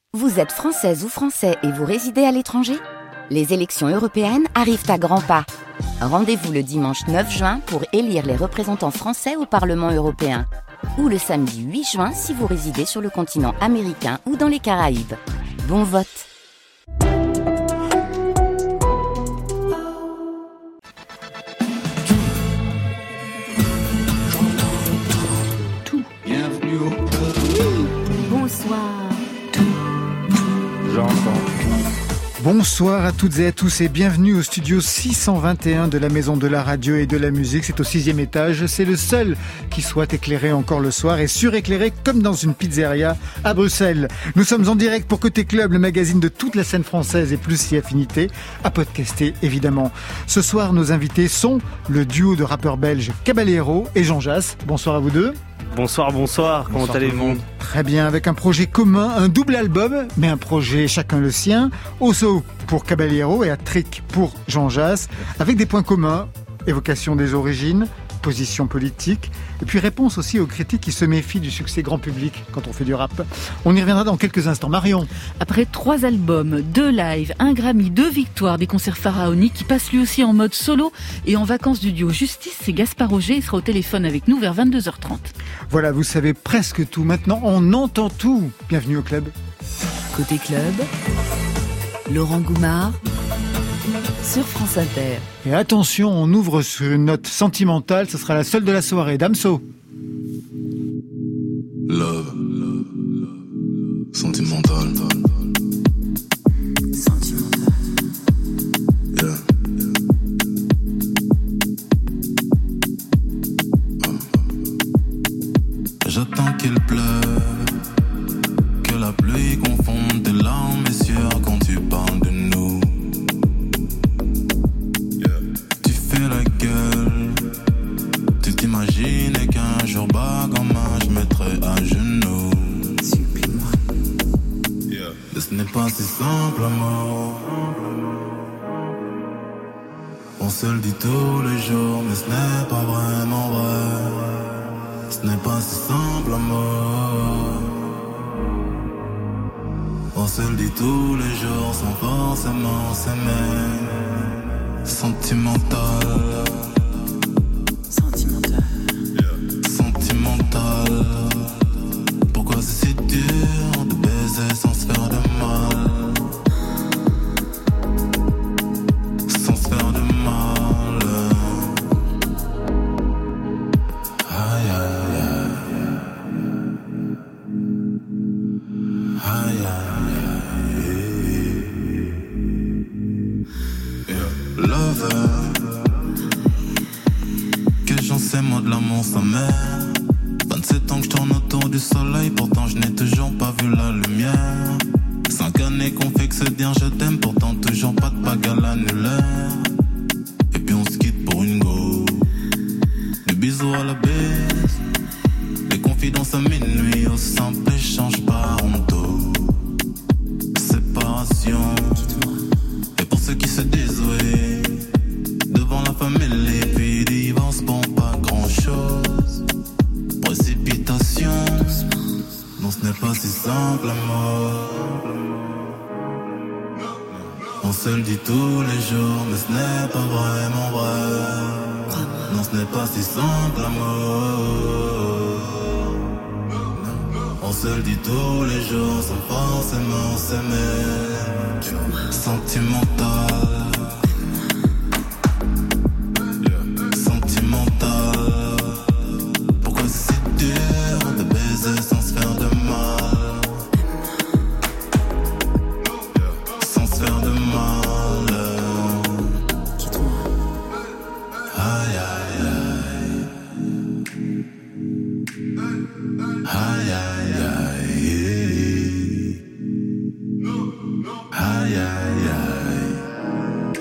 Vous êtes française ou français et vous résidez à l'étranger ? Les élections européennes arrivent à grands pas. Rendez-vous le dimanche 9 juin pour élire les représentants français au Parlement européen. Ou le samedi 8 juin si vous résidez sur le continent américain ou dans les Caraïbes. Bon vote! Bienvenue au Bonsoir. Bonsoir à toutes et à tous et bienvenue au studio 621 de la Maison de la Radio et de la Musique. C'est au 6e étage, c'est le seul qui soit éclairé encore le soir et suréclairé comme dans une pizzeria à Bruxelles. Nous sommes en direct pour Côté Club, le magazine de toute la scène française et plus si affinité, à podcaster évidemment. Ce soir, nos invités sont le duo de rappeurs belges Caballero et Jean Jass. Bonsoir à vous deux. Bonsoir, comment allez-vous ? Très bien, avec un projet commun, un double album, mais un projet chacun le sien. Osso pour Caballero et Trick pour Jean Jass, avec des points communs, évocation des origines, position politique, et puis réponse aussi aux critiques qui se méfient du succès grand public quand on fait du rap. On y reviendra dans quelques instants. Marion. Après 3 albums, 2 lives, 1 Grammy, 2 victoires, des concerts pharaoniques, qui passe lui aussi en mode solo et en vacances du duo Justice, c'est Gaspard Roger, il sera au téléphone avec nous vers 22h30. Voilà, vous savez presque tout. Maintenant, on entend tout. Bienvenue au club. Côté club, Laurent Goumard sur France Inter. Et attention, on ouvre sur une note sentimentale, ce sera la seule de la soirée. Damso. Love. Sentimental. Yeah. J'attends qu'il pleuve, que la pluie confonde tes larmes et sueur quand tu parles de nous. Tu fais la gueule, tu t'imaginais qu'un jour bas comme un je mettrai à genoux. Supplie-moi. Mais ce n'est pas si simple, amour. On se le dit tous les jours, mais ce n'est pas vraiment vrai. Ce n'est pas si simple, amour. On se le dit tous les jours sans forcément s'aimer. Sentimental. Pourquoi c'est si dur de baiser sans se faire de mal? Sans se faire de mal. Aïe aïe aïe. Aïe aïe aïe. Lover. Que j'en sais moi de l'amour sa mère. 27 ans que je tourne autour du soleil, pourtant je n'ai toujours pas vu la lumière. 5 années qu'on fait que se dire je t'aime, pourtant toujours pas de bague à l'annulaire. Et puis on se quitte pour une go. Des bisous à la baisse, des confidences à minuit, au simple échange par honto. Séparation. Et pour ceux qui se disent oui, devant la famille, puis divorce pour pas grand chose. Précipitation. Non, ce n'est pas si simple, amour. On se le dit tous les jours, mais ce n'est pas vraiment vrai. Non, ce n'est pas si simple, amour. On se le dit tous les jours, sans forcément s'aimer. Sentimental. Sans se faire de mal. Sans se faire de mal. Aïe aïe aïe. Aïe aïe aïe. Aïe aïe aïe.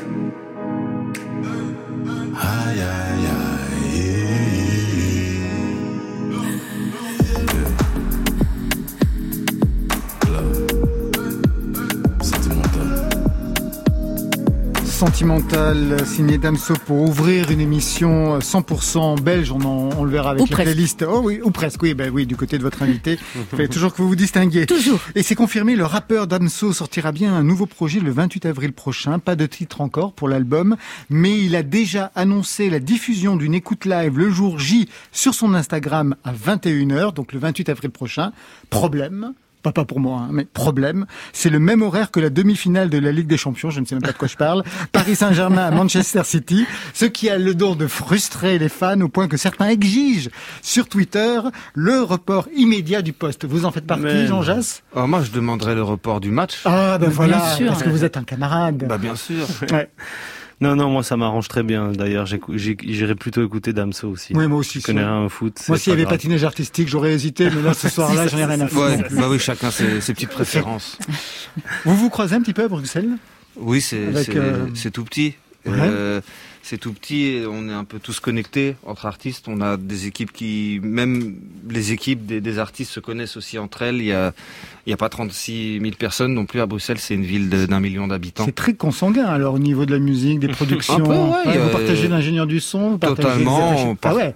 Sentimental, signé Damso pour ouvrir une émission 100% belge. On le verra avec la playlist. Oh oui, ou presque, oui, oui, du côté de votre invité. Il fallait toujours que vous vous distinguiez. Toujours. Et c'est confirmé, le rappeur Damso sortira bien un nouveau projet le 28 avril prochain. Pas de titre encore pour l'album, mais il a déjà annoncé la diffusion d'une écoute live le jour J sur son Instagram à 21h, donc le 28 avril prochain. Problème. Pas pour moi, mais problème. C'est le même horaire que la demi-finale de la Ligue des Champions. Je ne sais même pas de quoi je parle. Paris Saint-Germain à Manchester City. Ce qui a le don de frustrer les fans au point que certains exigent sur Twitter le report immédiat du poste. Vous en faites partie, Jean Jass? Moi, je demanderais le report du match. Ah, ben voilà. Bien sûr, parce que vous êtes un camarade. Bien sûr. Ouais. Non, moi ça m'arrange très bien. D'ailleurs, j'irais plutôt écouter Damso aussi. Oui, moi aussi. Je connais rien au foot. Moi, s'il y avait patinage artistique, j'aurais hésité, mais là, ce soir-là, j'en ai rien à faire. Oui, chacun ses petites préférences. Vous croisez un petit peu à Bruxelles? Oui, c'est tout petit. Ouais. C'est tout petit, on est un peu tous connectés entre artistes. On a des équipes même les équipes des artistes se connaissent aussi entre elles. Il y a pas 36 000 personnes non plus à Bruxelles. C'est une ville d'1 million d'habitants. C'est très consanguin alors au niveau de la musique, des productions. Un peu, ouais, vous partagez l'ingénieur du son, vous partagez totalement. On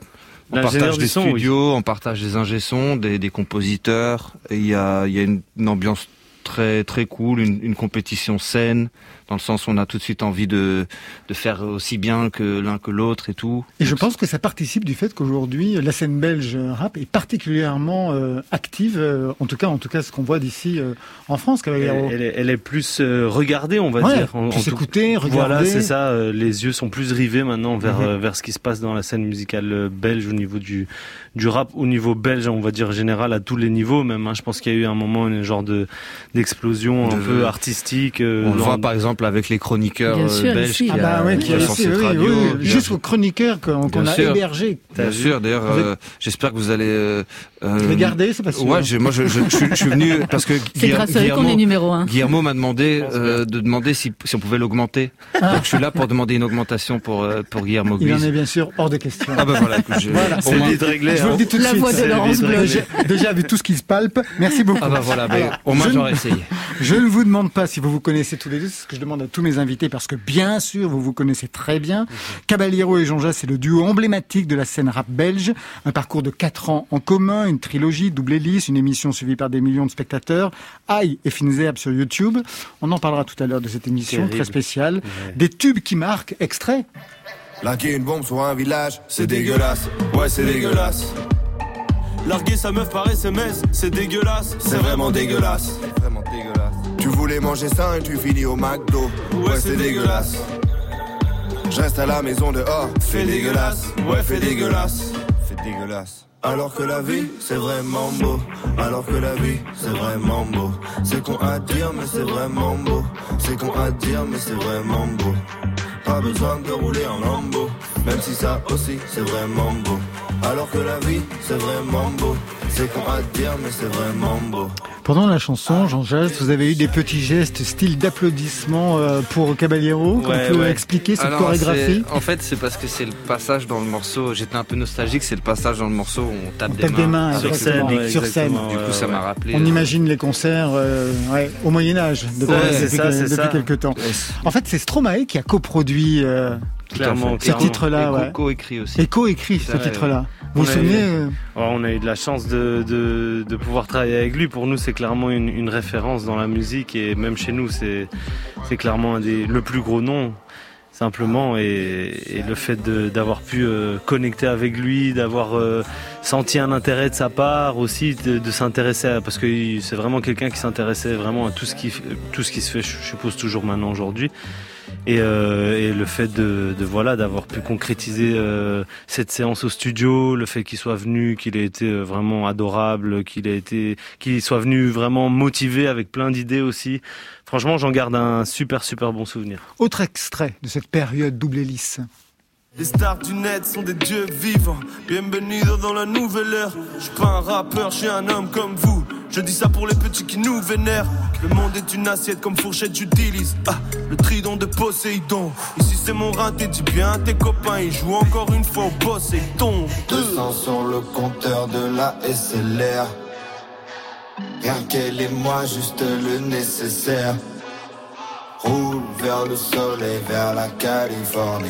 partage des studios, on partage des ingé-sons, des compositeurs. Et il y a une ambiance très très cool, une compétition saine, dans le sens où on a tout de suite envie de faire aussi bien que l'un que l'autre et tout. Et je pense que ça participe du fait qu'aujourd'hui la scène belge rap est particulièrement active, en tout cas ce qu'on voit d'ici en France. Elle est plus regardée, on va dire. Plus écoutée, regardée. Voilà, c'est ça. Les yeux sont plus rivés maintenant vers ce qui se passe dans la scène musicale belge au niveau du rap, au niveau belge, on va dire général, à tous les niveaux même. Je pense qu'il y a eu un moment une genre d'explosion un peu artistique. On le voit par exemple avec les chroniqueurs belges qui sont cette radio. Juste aux chroniqueurs qu'on a hébergés. Bien sûr, d'ailleurs, j'espère que vous allez... Regarder, c'est pas sûr. Ouais, moi je suis venu parce que c'est grâce à eux qu'on est numéro 1. Guillermo m'a demandé de demander si on pouvait l'augmenter. Donc je suis là pour demander une augmentation pour Guillermo Guise. Il en est bien sûr hors de question. Ah ben voilà, c'est vite réglé. Je vous le dis tout de suite. La voix de Laurence Bleu. Déjà vu tout ce qui se palpe. Merci beaucoup. Ah ben voilà, au moins j'aurais essayé. Je ne vous demande pas si vous vous connaissez tous les deux, c'est ce que je demande à tous mes invités parce que bien sûr vous vous connaissez très bien. Caballero et Jean Jass, c'est le duo emblématique de la scène rap belge. Un parcours de 4 ans en commun, une trilogie, double hélice, une émission suivie par des millions de spectateurs. Aïe et Finzerbe sur YouTube. On en parlera tout à l'heure de cette émission très spéciale. Ouais. Des tubes qui marquent, extrait. Larguer une bombe sur un village, c'est dégueulasse. Ouais, c'est dégueulasse. Larguer sa meuf par SMS, c'est dégueulasse. C'est vraiment dégueulasse. C'est vraiment dégueulasse. Tu voulais manger sain et tu finis au McDo. Ouais, c'est dégueulasse. Je reste à la maison dehors. Fais dégueulasse. Ouais, fais dégueulasse. Fais dégueulasse. Alors que la vie, c'est vraiment beau. Alors que la vie, c'est vraiment beau. C'est con à dire, mais c'est vraiment beau. C'est con à dire, mais c'est vraiment beau. Pas besoin de rouler en lambeau. Même si ça aussi, c'est vraiment beau. Alors que la vie, c'est vraiment beau. C'est con à dire, mais c'est vraiment beau. Pendant la chanson, Jean Jass, vous avez eu des petits gestes style d'applaudissements pour Caballero. Qu'on peut expliquer cette chorégraphie? En fait, c'est parce que c'est le passage dans le morceau. J'étais un peu nostalgique, c'est le passage dans le morceau où on tape des mains sur scène. Du coup, ça m'a rappelé. On imagine les concerts au Moyen-Âge depuis quelques temps. En fait, c'est Stromae qui a coproduit ce titre-là. Et co-écrit aussi. Et co-écrit ce titre-là. Vous vous souvenez on a eu de la chance de pouvoir travailler avec lui. Pour nous, c'est clairement une référence dans la musique et même chez nous, c'est clairement le plus gros nom. Simplement, et le fait d'avoir pu connecter avec lui, d'avoir senti un intérêt de sa part aussi, de s'intéresser parce que c'est vraiment quelqu'un qui s'intéressait vraiment à tout ce qui se fait, je suppose toujours maintenant aujourd'hui. Et le fait d'avoir pu concrétiser cette séance au studio, le fait qu'il soit venu, qu'il ait été vraiment adorable, qu'il soit venu vraiment motivé avec plein d'idées aussi. Franchement, j'en garde un super bon souvenir. Autre extrait de cette période double hélice. Les stars du net sont des dieux vivants. Bienvenido dans la nouvelle ère. Je suis pas un rappeur, je suis un homme comme vous. Je dis ça pour les petits qui nous vénèrent. Le monde est une assiette comme fourchette, j'utilise le trident de Poséidon. Ici c'est mon raté, dis bien à tes copains. Ils jouent encore une fois au boss et ils tombent. 200 sur le compteur de la SLR. Rien qu'elle et moi, juste le nécessaire. roule vers le soleil, vers la Californie.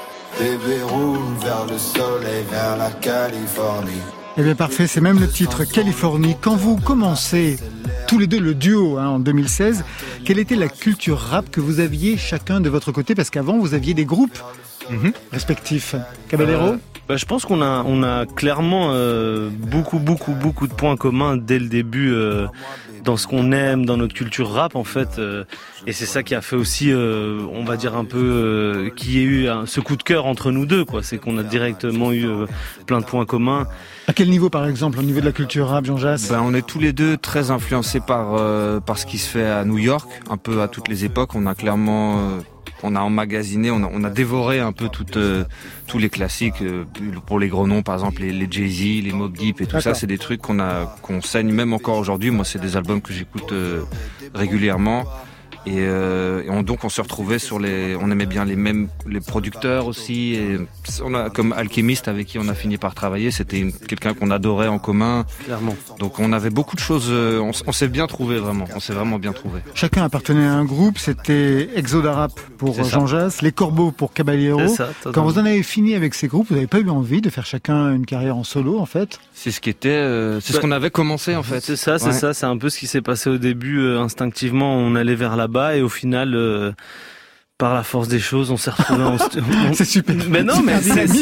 Bébé roule vers le soleil, vers la Californie. Eh bien parfait, c'est même le titre Californie. Quand vous commencez tous les deux le duo en 2016, quelle était la culture rap que vous aviez chacun de votre côté? Parce qu'avant vous aviez des groupes respectifs. Caballero? Je pense qu'on a clairement beaucoup de points communs dès le début dans ce qu'on aime, dans notre culture rap en fait, et c'est ça qui a fait aussi, on va dire un peu, qu'il y ait eu ce coup de cœur entre nous deux, quoi. C'est qu'on a directement eu plein de points communs. À quel niveau par exemple, au niveau de la culture rap, Jean Jass? On est tous les deux très influencés par ce qui se fait à New York, un peu à toutes les époques. On a clairement on a emmagasiné, on a dévoré un peu tous les classiques, pour les gros noms par exemple les Jay-Z, les Mobb Deep et tout ça, c'est des trucs qu'on saigne même encore aujourd'hui. Moi c'est des albums que j'écoute régulièrement. Et donc on se retrouvait on aimait bien les producteurs aussi, et on a comme Alchemist avec qui on a fini par travailler, c'était quelqu'un qu'on adorait en commun. Clairement. Donc on avait beaucoup de choses, on s'est bien trouvé vraiment, on s'est vraiment bien trouvé. Chacun appartenait à un groupe, c'était Exoda Rap pour Jean Jass, Les Corbeaux pour Caballero. Quand vous en avez fini avec ces groupes, vous n'avez pas eu envie de faire chacun une carrière en solo en fait? C'est ce qui était, ce qu'on avait commencé en fait. C'est ça, c'est un peu ce qui s'est passé au début, instinctivement on allait vers là-bas. Et au final, par la force des choses, on s'est retrouvés C'est super. Mais non, mais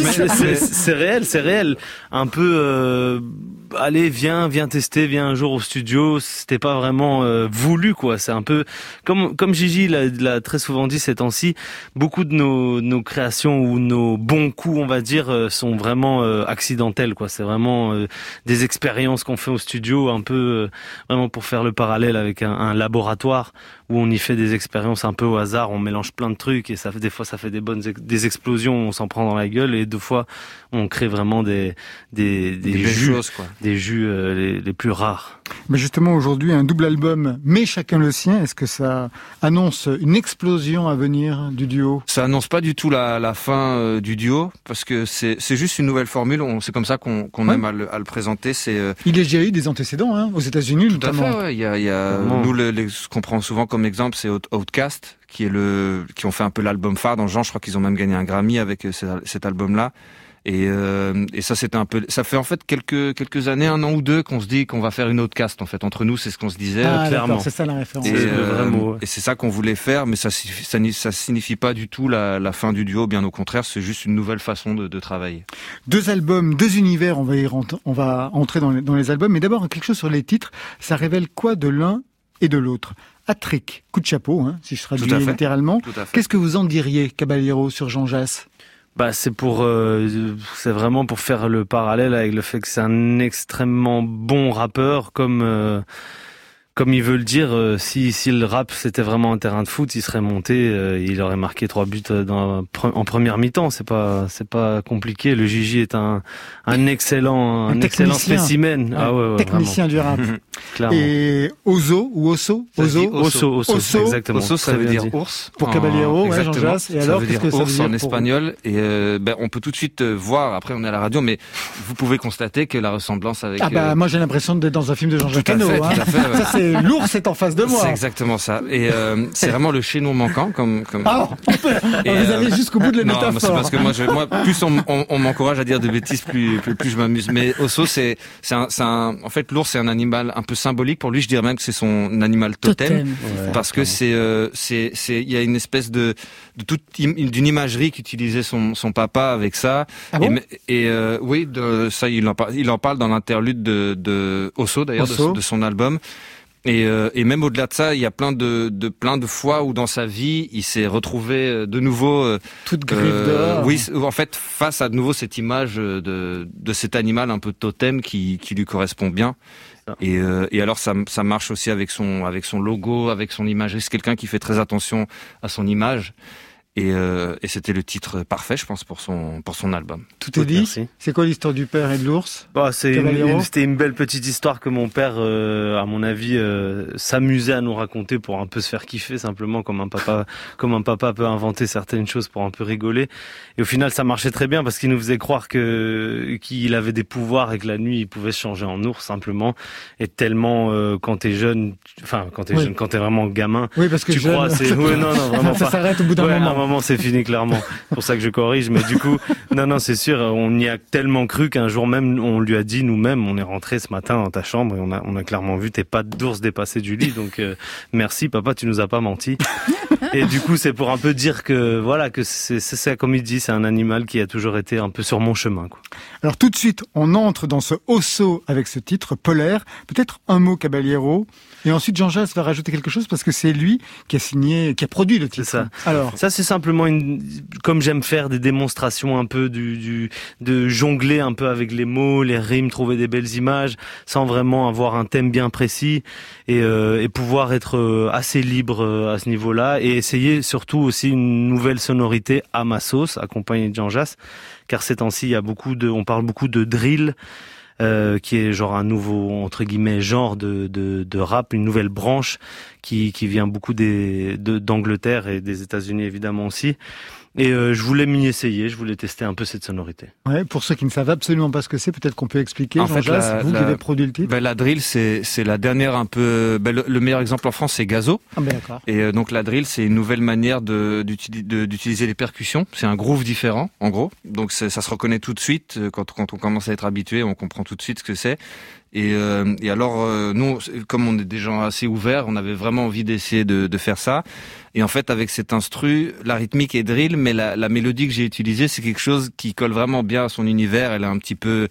c'est réel. Un peu, allez, viens tester, viens un jour au studio. C'était pas vraiment voulu, quoi. C'est un peu comme Gigi l'a très souvent dit ces temps-ci. Beaucoup de nos créations ou nos bons coups, on va dire, sont vraiment accidentels, quoi. C'est vraiment des expériences qu'on fait au studio, un peu vraiment pour faire le parallèle avec un laboratoire où on y fait des expériences un peu au hasard. On mélange plein de trucs et des fois ça fait des explosions, on s'en prend dans la gueule, et deux fois on crée vraiment des jus, choses, quoi. Des jus les plus rares. Mais justement aujourd'hui un double album, mais chacun le sien. Est-ce que ça annonce une explosion à venir du duo? Ça annonce pas du tout la fin du duo, parce que c'est juste une nouvelle formule. C'est comme ça qu'on aime à le présenter. Il y a déjà eu des antécédents aux États-Unis notamment. Tout à fait. Ouais. Il y a nous ce qu'on prend souvent comme exemple, c'est Outkast, qui ont fait un peu l'album phare dans le genre. Je crois qu'ils ont même gagné un Grammy avec cet album-là. Et ça, c'était un peu, ça fait en fait quelques années, 1 an ou 2, qu'on se dit qu'on va faire une Outkast. En fait, entre nous, c'est ce qu'on se disait, clairement. C'est ça la référence. Et c'est ça qu'on voulait faire, mais ça signifie pas du tout la fin du duo. Bien au contraire, c'est juste une nouvelle façon de travailler. 2 albums, 2 univers. On va entrer dans les albums, mais d'abord quelque chose sur les titres. Ça révèle quoi de l'un et de l'autre? Hat-trick, coup de chapeau, si je traduis littéralement. Qu'est-ce que vous en diriez, Caballero, sur Jean Jass? C'est vraiment pour faire le parallèle avec le fait que c'est un extrêmement bon rappeur, comme il veut le dire. Si le rap c'était vraiment un terrain de foot, il serait monté, il aurait marqué 3 buts en première mi-temps. C'est pas compliqué. Le Gigi est un excellent spécimen. Technicien du rap. Et Oso, exactement. Oso, ça veut dire ours. Pour Caballero, Jean Jass. Et alors, qu'est-ce que ça veut dire en espagnol? Et on peut tout de suite voir. Après, on est à la radio, mais vous pouvez constater que la ressemblance avec. Moi, j'ai l'impresent d'être dans un film de Jean-Jacques Hano. Ça, c'est l'ours est en face de moi. C'est exactement ça. Et c'est vraiment le chaînon manquant, comme. Ah, vous allez jusqu'au bout de la métaphore. Non, c'est parce que moi, plus on m'encourage à dire de bêtises, plus je m'amuse. Mais Oso, en fait, l'ours, c'est un animal un peu symbolique pour lui. Je dirais même que c'est son animal totem. Parce que il y a une espèce d'une imagerie qu'utilisait son papa avec ça. Ah bon? Oui, ça, il en parle dans l'interlude de Oso, d'ailleurs, de son album. Et même au-delà de ça, il y a plein de fois où dans sa vie, il s'est retrouvé de nouveau toute griffe dehors. Oui, en fait, face à de nouveau cette image de cet animal un peu totem qui lui correspond bien. Et alors ça marche aussi avec son logo, avec son imagerie. C'est quelqu'un qui fait très attention à son image. Et c'était le titre parfait, je pense, pour son album. Tout est dit. Merci. C'est quoi l'histoire du père et de l'ours? C'était une belle petite histoire que mon père, à mon avis, s'amusait à nous raconter pour un peu se faire kiffer, simplement comme un papa peut inventer certaines choses pour un peu rigoler. Et au final, ça marchait très bien parce qu'il nous faisait croire qu'il avait des pouvoirs et que la nuit, il pouvait se changer en ours simplement. Et tellement quand t'es jeune, quand t'es vraiment gamin, oui, parce que tu crois, vraiment ça s'arrête au bout d'un moment. À un moment, c'est fini, clairement. C'est pour ça que je corrige. Mais du coup, non, c'est sûr, on y a tellement cru qu'un jour même, on lui a dit nous-mêmes, on est rentré ce matin dans ta chambre et on a clairement vu tes pattes d'ours dépasser du lit. Donc, merci, papa, tu nous as pas menti. Et du coup, c'est pour un peu dire que, voilà, que c'est comme il dit, c'est un animal qui a toujours été un peu sur mon chemin, quoi. Alors, tout de suite, on entre dans ce Osso avec ce titre, Polaire. Peut-être un mot, Caballero. Et ensuite, Jean Jass va rajouter quelque chose parce que c'est lui qui a produit le titre. C'est ça. Alors. Ça, c'est simplement comme j'aime faire des démonstrations un peu de jongler un peu avec les mots, les rimes, trouver des belles images, sans vraiment avoir un thème bien précis et pouvoir être assez libre à ce niveau-là et essayer surtout aussi une nouvelle sonorité à ma sauce, accompagnée de Jean Jass, car ces temps-ci, on parle beaucoup de drill, qui est genre un nouveau, entre guillemets, genre de rap, une nouvelle branche qui vient beaucoup d'Angleterre et des États-Unis évidemment aussi. Et je voulais m'y essayer, je voulais tester un peu cette sonorité. Ouais, pour ceux qui ne savent absolument pas ce que c'est, peut-être qu'on peut expliquer. En fait, qui avez produit le titre. La drill, c'est la dernière un peu. Le meilleur exemple en France, c'est Gazo. Ah ben d'accord. Et donc la drill, c'est une nouvelle manière d'utiliser les percussions. C'est un groove différent, en gros. Donc ça se reconnaît tout de suite quand on commence à être habitué, on comprend tout de suite ce que c'est. Et alors, nous, comme on est des gens assez ouverts, on avait vraiment envie d'essayer de faire ça. Et en fait, avec cet instru, la rythmique est drill, mais la mélodie que j'ai utilisée, c'est quelque chose qui colle vraiment bien à son univers. Elle est un petit peu,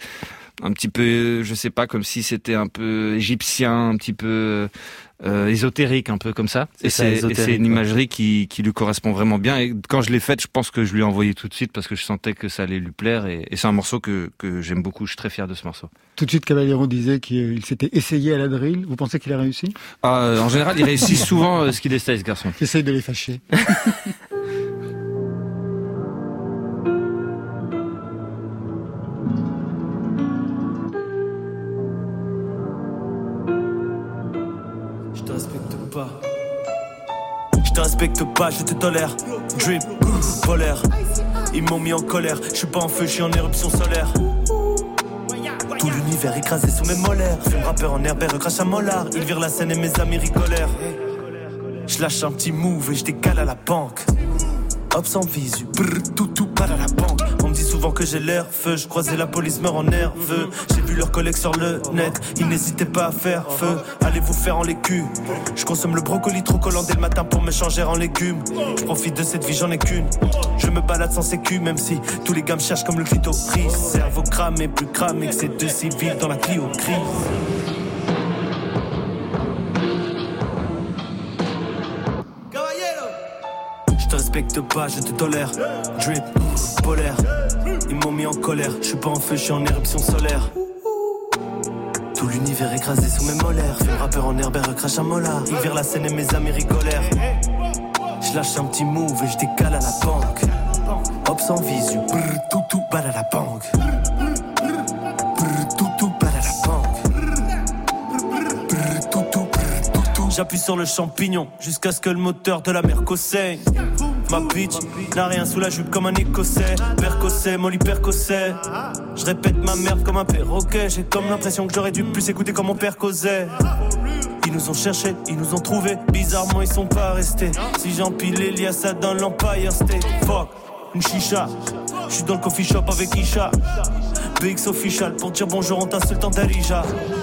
je sais pas, comme si c'était un peu égyptien, un petit peu ésotérique, un peu comme ça. C'est une imagerie qui lui correspond vraiment bien. Et quand je l'ai faite, je pense que je lui ai envoyé tout de suite parce que je sentais que ça allait lui plaire. Et c'est un morceau que j'aime beaucoup. Je suis très fier de ce morceau. Tout de suite, Caballero disait qu'il s'était essayé à la drill. Vous pensez qu'il a réussi? En général, il réussit souvent ce qu'il essaie, ce garçon. J'essaye de les fâcher. Je te respecte pas, je te tolère. Drip, polaire. Ils m'ont mis en colère. Je suis pas en feu, je suis en éruption solaire. Tout l'univers écrasé sous mes molaires. Fume rappeur en herbert, crache à mollard. Il vire la scène et mes amis rigolèrent. Je lâche un petit move et je décale à la banque. Hop sans visu, tout pas à la banque. On me dit souvent que j'ai l'air feu. Je croisais la police, meurs en nerveux. J'ai vu leurs collègues sur le net. Ils n'hésitaient pas à faire feu. Allez vous faire en l'écu. Je consomme le brocoli trop collant dès le matin pour me changer en légumes. Je profite de cette vie, j'en ai qu'une. Je me balade sans sécu, même si tous les gars me cherchent comme le clitoris. Cerveau cramé, plus cramé que ces deux civils dans la Clio grise. Je te respecte pas, je te tolère. Drip, polaire. Ils m'ont mis en colère. Je suis pas en feu, je suis en éruption solaire. Tout l'univers écrasé sous mes molaires. Fume rappeur en herbert, crache à mollard. Il vire la scène et mes amis rigolèrent. Je lâche un petit move et je décale à la banque. Hop sans visu, tout balle à la banque. Tout balle à la banque. J'appuie sur le champignon jusqu'à ce que le moteur de la mer saigne. Ma bitch n'a rien sous la jupe comme un écossais. Percossais, molly percossais. Je répète ma merde comme un perroquet. J'ai comme l'impression que j'aurais dû plus écouter comme mon père causait. Ils nous ont cherchés, ils nous ont trouvés. Bizarrement ils sont pas restés. Si j'empile Elias dans l'Empire State. Fuck, une chicha. J'suis dans le coffee shop avec Isha. BX official pour dire bonjour on t'insulte en Darija.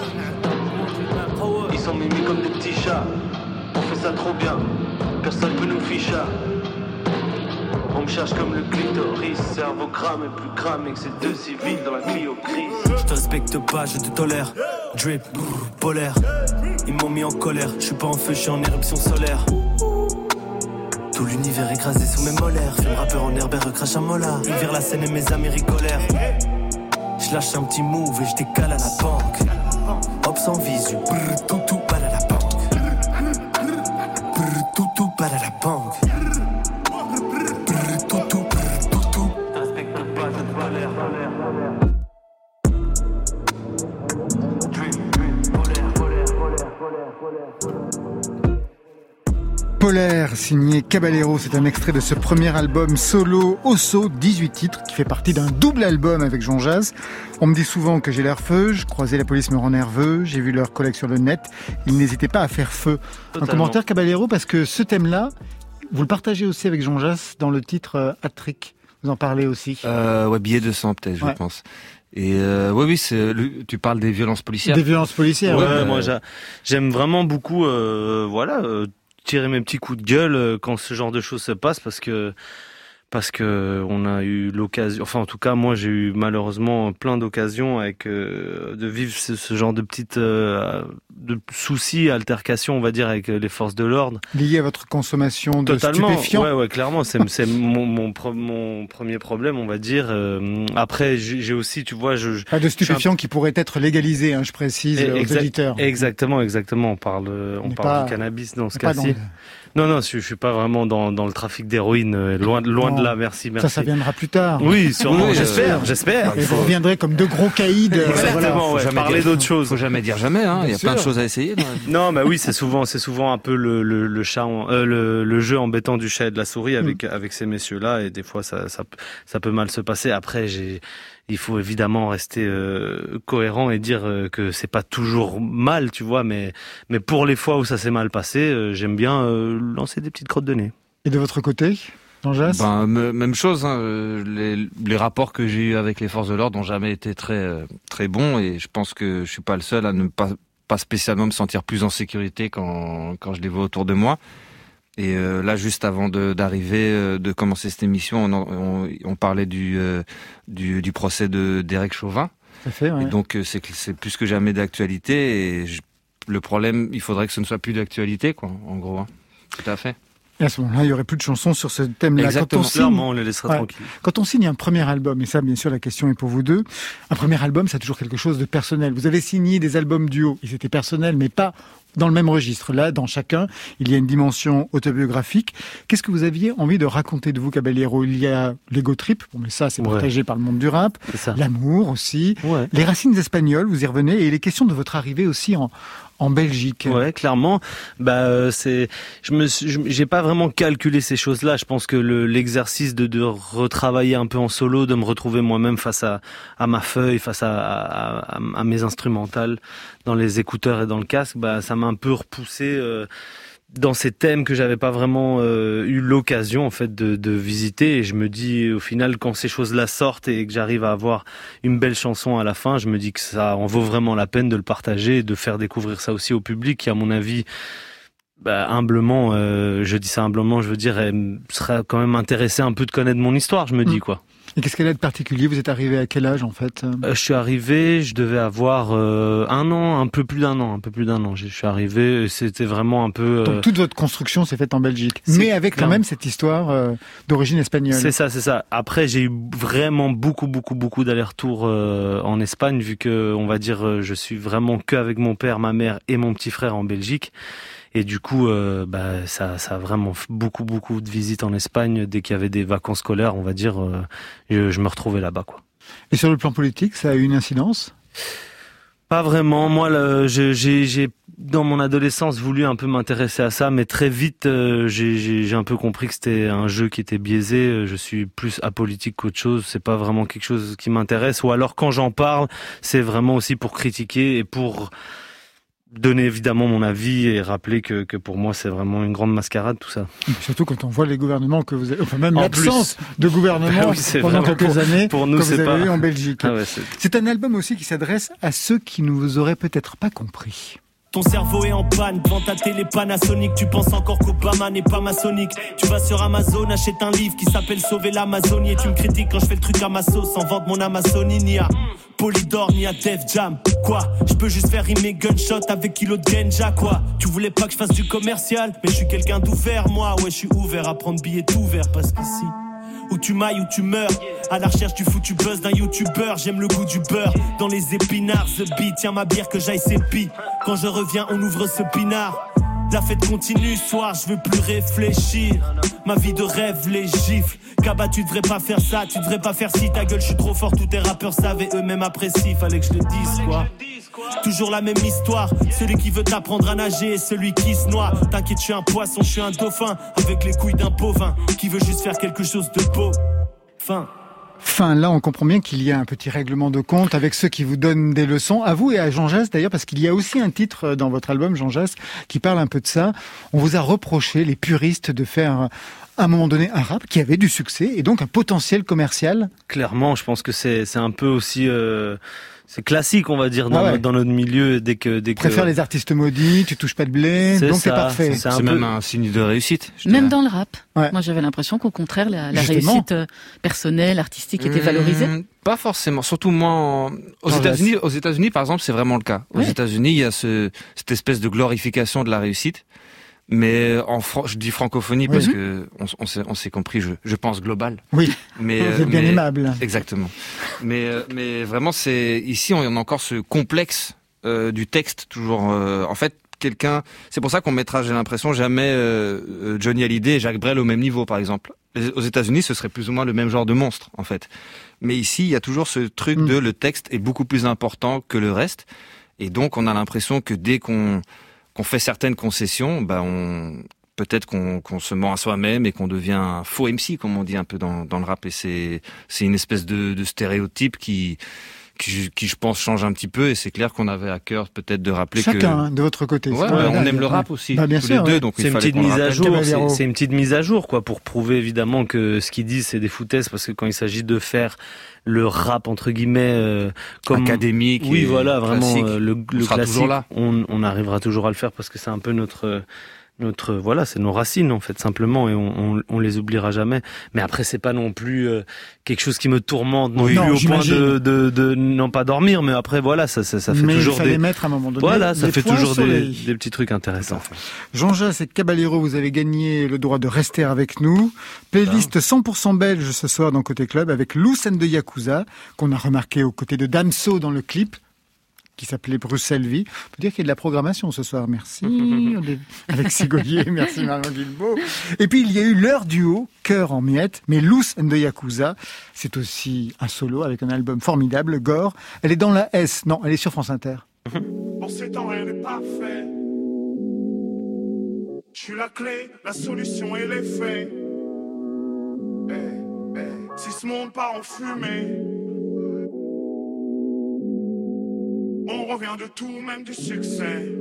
Ils sont mimi comme des petits chats. On fait ça trop bien, personne peut nous ficha. On me cherche comme le clitoris. Cerveau cramé, plus cramé que ces deux civils dans la Clio grise. Je te respecte pas, je te tolère. Drip, polaire. Ils m'ont mis en colère. Je suis pas en feu, je suis en éruption solaire. Tout l'univers écrasé sous mes molaires. Fume rappeur en herbert, crache à mollard. Il vire la scène et mes amis rigolèrent. Je lâche un petit move et je décale à la banque. Hop sans visu, tout balle à la banque. Tout balle à la banque. Polaire, signé Caballero, c'est un extrait de ce premier album solo Osso, 18 titres, qui fait partie d'un double album avec Jean Jass. On me dit souvent que j'ai l'air feuge, croiser la police me rend nerveux, j'ai vu leur collègue sur le net, ils n'hésitaient pas à faire feu. Totalement. Un commentaire Caballero, parce que ce thème-là, vous le partagez aussi avec Jean Jass dans le titre Hat-Trick, vous en parlez aussi. Ouais, billet de sang peut-être, je pense. Et oui, tu parles des violences policières. Des violences policières. Ouais, moi j'aime vraiment beaucoup, tirer mes petits coups de gueule quand ce genre de choses se passe parce que on a eu l'occasion, enfin en tout cas moi j'ai eu malheureusement plein d'occasions de vivre ce genre de petites de soucis, altercations on va dire avec les forces de l'ordre. Liées à votre consommation de stupéfiants. Ouais, clairement c'est mon premier problème on va dire. Après j'ai aussi tu vois pas de stupéfiants qui pourraient être légalisés, je précise aux auditeurs. Exactement, on parle du cannabis dans ce cas-ci. Non, je suis pas vraiment dans le trafic d'héroïne, loin de là, merci. Ça viendra plus tard. Oui, sûrement, j'espère. Et vous reviendrai comme deux gros caïds. Exactement, parler d'autre chose. Faut jamais dire jamais, il y a plein de choses à essayer. Non, mais oui, c'est souvent un peu le jeu embêtant du chat et de la souris avec ces messieurs-là, et des fois ça peut mal se passer. Après, il faut évidemment rester cohérent et dire que c'est pas toujours mal, tu vois, mais pour les fois où ça s'est mal passé, j'aime bien lancer des petites crottes de nez. Et de votre côté, Jean Jass ? Même chose. Les rapports que j'ai eus avec les forces de l'ordre n'ont jamais été très très bons, et je pense que je suis pas le seul à ne pas spécialement me sentir plus en sécurité quand je les vois autour de moi. Et là, juste avant d'arriver, de commencer cette émission, on parlait du procès d'Éric Chauvin. Ça fait, ouais. Et donc c'est plus que jamais d'actualité. Et le problème, il faudrait que ce ne soit plus d'actualité, quoi. En gros, Tout à fait. Et à ce moment-là, il n'y aurait plus de chansons sur ce thème-là. Exactement, clairement, on les laissera tranquilles. Quand on signe un premier album, et ça, bien sûr, la question est pour vous deux, un premier album, c'est toujours quelque chose de personnel. Vous avez signé des albums duo, ils étaient personnels, mais pas dans le même registre. Là, dans chacun, il y a une dimension autobiographique. Qu'est-ce que vous aviez envie de raconter de vous, Caballero ? Il y a l'ego trip, mais ça, c'est partagé par le monde du rap. L'amour aussi. Ouais. Les racines espagnoles, vous y revenez. Et il est question de votre arrivée aussi en Belgique. Ouais, clairement. J'ai pas vraiment calculé ces choses-là. Je pense que l'exercice de retravailler un peu en solo, de me retrouver moi-même face à ma feuille, face à mes instrumentales, dans les écouteurs et dans le casque, ça m'a un peu repoussé dans ces thèmes que j'avais pas vraiment eu l'occasion en fait de visiter. Et je me dis au final, quand ces choses-là sortent et que j'arrive à avoir une belle chanson à la fin, je me dis que ça en vaut vraiment la peine de le partager et de faire découvrir ça aussi au public qui, à mon avis, humblement, je dis ça humblement, je veux dire, sera quand même intéressé un peu de connaître mon histoire, je me dis quoi. Et qu'est-ce qu'elle a de particulier ? Vous êtes arrivé à quel âge en fait ? Je suis arrivé, je devais avoir un peu plus d'un an. Je suis arrivé, c'était vraiment un peu... Donc toute votre construction s'est faite en Belgique, mais avec quand même cette histoire d'origine espagnole. C'est ça. Après, j'ai eu vraiment beaucoup d'allers-retours en Espagne, vu que, on va dire, je suis vraiment que avec mon père, ma mère et mon petit frère en Belgique. Et du coup, ça a vraiment beaucoup de visites en Espagne. Dès qu'il y avait des vacances scolaires, on va dire, je me retrouvais là-bas, quoi. Et sur le plan politique, ça a eu une incidence ? Pas vraiment. Moi, j'ai dans mon adolescence voulu un peu m'intéresser à ça, mais très vite, j'ai un peu compris que c'était un jeu qui était biaisé. Je suis plus apolitique qu'autre chose. C'est pas vraiment quelque chose qui m'intéresse. Ou alors, quand j'en parle, c'est vraiment aussi pour critiquer et pour donner évidemment mon avis et rappeler que pour moi c'est vraiment une grande mascarade tout ça. Surtout quand on voit les gouvernements que vous avez, enfin même l'absence de gouvernement pendant quelques années pour nous, que vous avez eu en Belgique. Ah ouais, c'est un album aussi qui s'adresse à ceux qui ne vous auraient peut-être pas compris. Ton cerveau est en panne, devant ta télé Panasonic, tu penses encore qu'Obama n'est pas maçonnique. Tu vas sur Amazon, achète un livre qui s'appelle Sauver l'Amazonie. Et tu me critiques quand je fais le truc à ma sauce, sans vendre mon Amazonie. Ni à Polydor, ni à Def Jam. Quoi, je peux juste faire rimer gunshot avec kilo de Genja, quoi. Tu voulais pas que je fasse du commercial, mais je suis quelqu'un d'ouvert, moi. Ouais, je suis ouvert à prendre billets tout vert, parce qu'ici, où tu mailles, où tu meurs, à la recherche du foutu buzz d'un youtubeur. J'aime le goût du beurre, dans les épinards, The Beat, tiens ma bière que j'aille s'épi. Quand je reviens, on ouvre ce pinard. La fête continue, soir, je veux plus réfléchir. Ma vie de rêve, les gifles. Kaba, tu devrais pas faire ça, tu devrais pas faire ci. Ta gueule, je suis trop fort, tous tes rappeurs savent et eux-mêmes apprécient. Fallait que je le dise, quoi. Toujours la même histoire. Celui qui veut t'apprendre à nager et celui qui se noie. T'inquiète, je suis un poisson, je suis un dauphin. Avec les couilles d'un bovin qui veut juste faire quelque chose de beau. Fin, là on comprend bien qu'il y a un petit règlement de compte avec ceux qui vous donnent des leçons, à vous et à Jean Jass d'ailleurs, parce qu'il y a aussi un titre dans votre album, Jean Jass, qui parle un peu de ça. On vous a reproché, les puristes, de faire à un moment donné un rap qui avait du succès et donc un potentiel commercial. Clairement, je pense que c'est un peu aussi... C'est classique, on va dire, dans notre milieu. Dès que préfère les artistes maudits, tu touches pas de blé, donc t'es parfait. C'est même un signe de réussite. Même dans le rap. Ouais. Moi, j'avais l'impression qu'au contraire, la réussite personnelle, artistique était valorisée. Pas forcément. Surtout moins aux États-Unis, par exemple, c'est vraiment le cas. Aux États-Unis, il y a cette espèce de glorification de la réussite. Mais je dis francophonie parce que on s'est compris, je pense global. Oui. Mais vous êtes bien aimable. Exactement. Mais vraiment, ici on a encore ce complexe du texte toujours. En fait, c'est pour ça qu'on mettra, j'ai l'impression, jamais Johnny Hallyday et Jacques Brel au même niveau, par exemple. Aux États-Unis, ce serait plus ou moins le même genre de monstre, en fait. Mais ici, il y a toujours ce truc de le texte est beaucoup plus important que le reste, et donc on a l'impression que dès qu'on fait certaines concessions, peut-être qu'on se ment à soi-même et qu'on devient un faux MC, comme on dit un peu dans le rap. Et c'est une espèce de stéréotype qui je pense change un petit peu. Et c'est clair qu'on avait à cœur peut-être de rappeler chacun de votre côté. Ouais, on aime le rap aussi, bien tous sûr, les deux. Donc c'est une petite mise à jour. C'est une petite mise à jour, quoi, pour prouver évidemment que ce qu'ils disent c'est des foutaises, parce que quand il s'agit de faire le rap entre guillemets comme académique, oui voilà, vraiment le classique, là. On arrivera toujours à le faire parce que c'est un peu notre voilà, c'est nos racines en fait, simplement, et on les oubliera jamais. Mais après, c'est pas non plus quelque chose qui me tourmente non plus au point de non pas dormir, mais après voilà, ça fait toujours il fallait mettre à un moment donné. Voilà, ça fait toujours des petits trucs intéressants. Jean Jass et Caballero, vous avez gagné le droit de rester avec nous. Playlist 100% belge ce soir dans Côté Club avec Loose and the Yakuza, qu'on a remarqué aux côtés de Damso dans le clip, qui s'appelait Bruxelles Vie. On peut dire qu'il y a de la programmation ce soir. Merci. Avec Sigolier, merci Marion Guilbeault. Et puis il y a eu leur duo, Cœur en miettes, mais Loose and the Yakuza, c'est aussi un solo avec un album formidable, Gore. Elle est dans la S. Non, elle est sur France Inter. En ces temps, rien n'est parfait. Je suis la clé, la solution et les faits. Si ce monde part en fumée, on revient de tout, même du succès.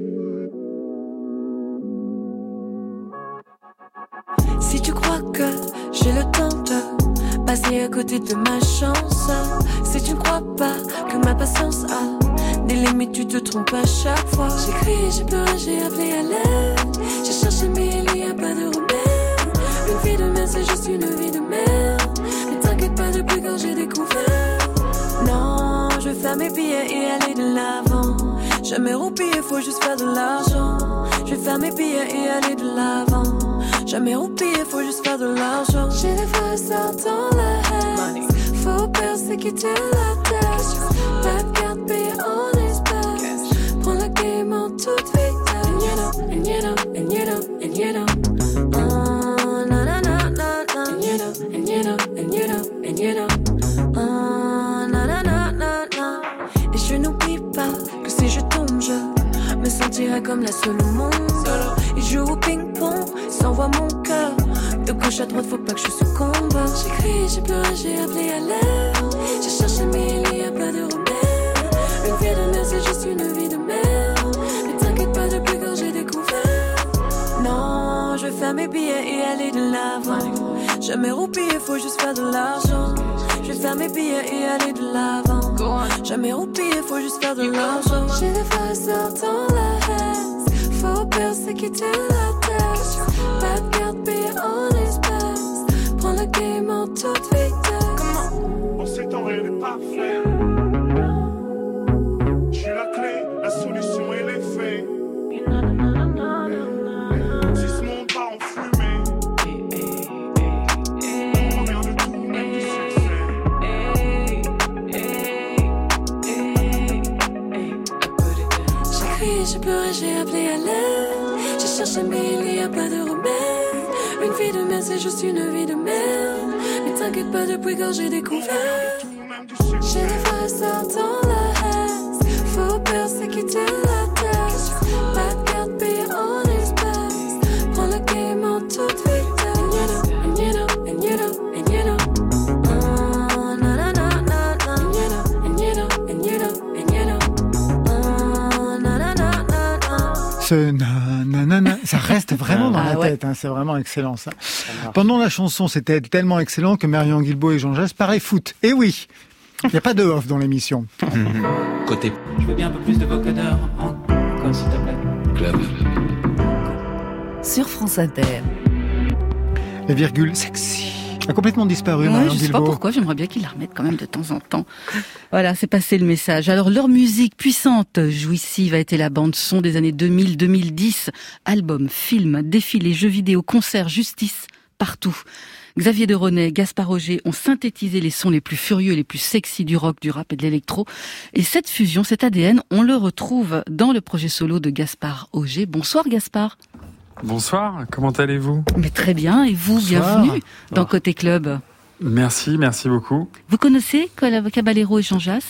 Si tu crois que j'ai le temps de passer à côté de ma chance, si tu ne crois pas que ma patience a des limites, tu te trompes à chaque fois. J'ai crié, j'ai pleuré, j'ai appelé à l'aide. J'ai cherché mais il n'y a pas de remède. Une vie de merde, c'est juste une vie de merde. Mais t'inquiète pas, depuis quand j'ai découvert. Non, je vais faire mes billets et aller de l'avant. Jamais roupiller, faut juste faire de l'argent. Je vais faire mes billets et aller de l'avant. Jamais roupiller, faut juste faire de l'argent. J'ai les vrais sorts dans la haine. Faut persécuter la tête. Pas de carte payée en espèces. Prends la game en toute vitesse. And you know, and you know, and you know, and you know. Oh, na na na na na. And you know, and you know, and you know, and you know. Oh, na na na na na. Et je n'oublie pas que si je tombe, je me sentirai comme la seule au monde. Et je joue au ping-pong, s'envoie mon cœur. De gauche à droite, faut pas que je succombe. J'ai crié, j'ai pleuré, j'ai appelé à l'aide. J'ai cherché mais il n'y a pas de remède. Une vie de merde, c'est juste une vie de merde. Mais t'inquiète pas, depuis quand j'ai découvert. Non, je vais faire mes billets et aller de l'avant. Jamais roupiller, faut juste faire de l'argent. Je vais faire mes billets et aller de l'avant. Jamais roupiller, faut juste faire de l'argent. J'ai des vrais sorts dans la haine. Faut persécuter la tête. Pas de carte payée en espèces. Prends la game en toute vitesse. En ces temps, rien n'est parfait. Je suis la clé, la solution et les faits. Si ce monde part en fumée, on revient de tout, même du succès. J'ai crié, j'ai pleuré, j'ai appelé à l'aide. J'ai chez il n'y a pas de remède. Une vie de merde, c'est juste une vie de merde. Mais t'inquiète pas, depuis quand j'ai découvert, j'ai des frères sœurs dans la haine. Faut persécuter la tête. Pas de carte payée en espèces. Prends le game en toute vitesse. And you know, and you know, and you know, and you know. Oh, na na na na na. And you know, and you know, and you know, and you know. Oh, na na na na na. Ce nanana, ça reste vraiment dans la tête, hein, c'est vraiment excellent ça. Pendant la chanson, c'était tellement excellent que Marion Guilbault et Jean Jass parlaient foot. Et oui, il n'y a pas de off dans l'émission. Côté. Je veux bien un peu plus de vocodeur, encore s'il te plaît. Club. Sur France Inter. La virgule sexy a complètement disparu, Ouais, Marion je sais Guilbault. pas pourquoi, j'aimerais bien qu'ils la remettent quand même de temps en temps. Voilà, c'est passé le message. Alors, leur musique puissante, jouissive, a été la bande-son des années 2000-2010. Albums, films, défilés, jeux vidéo, concerts, justice, partout. Xavier Deronay, Gaspard Auger ont synthétisé les sons les plus furieux, les plus sexy du rock, du rap et de l'électro. Et cette fusion, cet ADN, on le retrouve dans le projet solo de Gaspard Auger. Bonsoir Gaspard. Bonsoir, comment allez-vous ? Mais très bien, et vous, Bonsoir. bienvenue dans Côté Club. Merci beaucoup. Vous connaissez Caballero et Jean Jass ?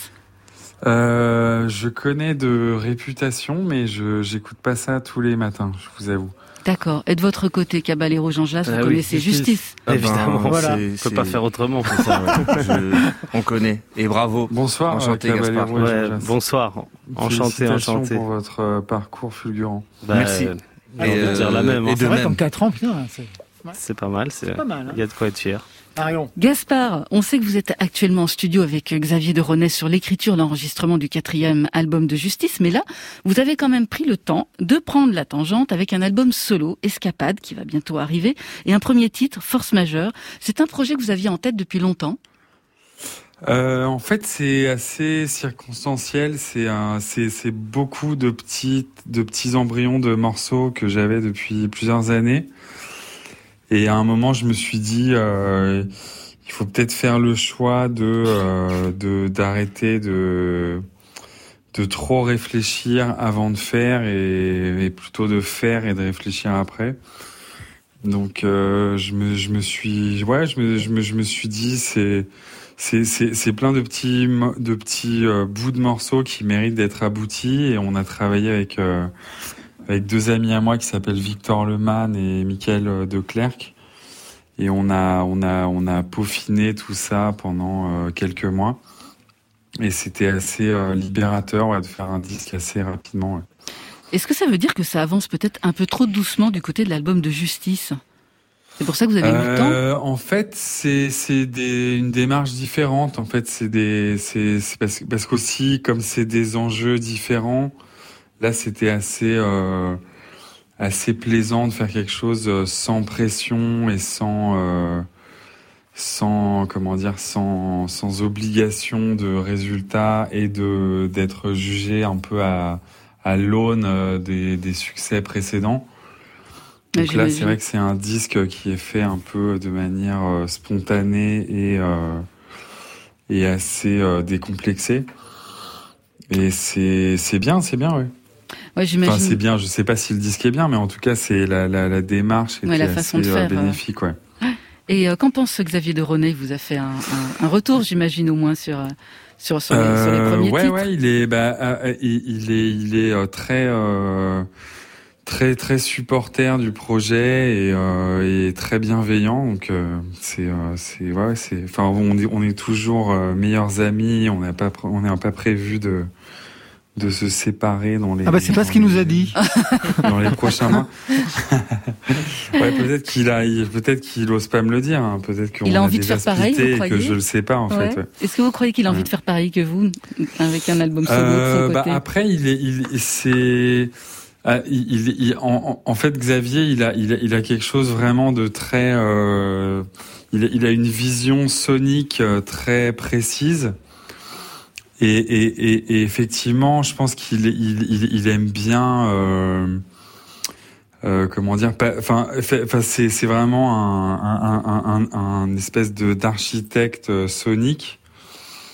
Je connais de réputation, mais j'écoute pas ça tous les matins, je vous avoue. D'accord. Et de votre côté, Caballero, Jean Jass, vous connaissez Justice. Évidemment, voilà. On peut pas faire autrement. C'est ça, ouais. On connaît. Et bravo. Bonsoir, Enchanté, Caballero Gaspard. et Ouais, Jean Jass. bonsoir. Enchanté, Félicitations enchanté. pour votre parcours fulgurant. Merci. On peut dire la même. et hein. de C'est vrai même. qu'en 4 ans, putain, C'est pas mal. C'est pas mal. Hein. Il y a de quoi être fier. Marion. Gaspard, on sait que vous êtes actuellement en studio avec Xavier Deronay sur l'écriture, l'enregistrement du 4e album de Justice, mais là, vous avez quand même pris le temps de prendre la tangente avec un album solo, Escapade, qui va bientôt arriver, et un premier titre, Force Majeure. C'est un projet que vous aviez en tête depuis longtemps ? En fait, c'est assez circonstanciel. C'est beaucoup de petits embryons de morceaux que j'avais depuis plusieurs années. Et à un moment, je me suis dit, il faut peut-être faire le choix d'arrêter de trop réfléchir avant de faire et plutôt de faire et de réfléchir après. Donc, je me suis dit, c'est plein de petits bouts de morceaux qui méritent d'être aboutis, et on a travaillé avec deux amis à moi qui s'appellent Victor Lemann et Michael Declercq, et on a peaufiné tout ça pendant quelques mois, et c'était assez libérateur de faire un disque assez rapidement. Ouais. Est-ce que ça veut dire que ça avance peut-être un peu trop doucement du côté de l'album de Justice ? C'est pour ça que vous avez eu le temps ? En fait, c'est une démarche différente. En fait, c'est parce qu'aussi, comme c'est des enjeux différents, là, c'était assez plaisant de faire quelque chose sans pression et sans obligation de résultat et d'être jugé un peu à l'aune des succès précédents. Donc là, c'est vrai que c'est un disque qui est fait un peu de manière spontanée et assez décomplexée. Et c'est bien, oui. Ouais, j'imagine. Enfin, c'est bien. Je sais pas si le disque est bien, mais en tout cas, c'est la démarche était la façon assez de faire, bénéfique, ouais. Et qu'en pense Xavier Deronay ? Il vous a fait un retour, j'imagine, au moins sur les premiers titres. Ouais, il est très très supporter du projet et très bienveillant. Donc on est toujours meilleurs amis. On n'a pas prévu de se séparer dans les. Ah bah c'est pas ce qu'il nous a dit. Dans les prochains mois. Ouais, peut-être qu'il ose pas me le dire. Hein. Peut-être qu'on a envie de faire pareil, vous croyez ? Que je le sais pas en fait. Ouais. Est-ce que vous croyez qu'il a envie de faire pareil que vous avec un album solo de son côté ? Après, en fait, Xavier, il a quelque chose vraiment de très. Il a une vision sonique très précise. Et effectivement, je pense qu'il aime bien. Comment dire ? C'est vraiment un espèce d'architecte sonique.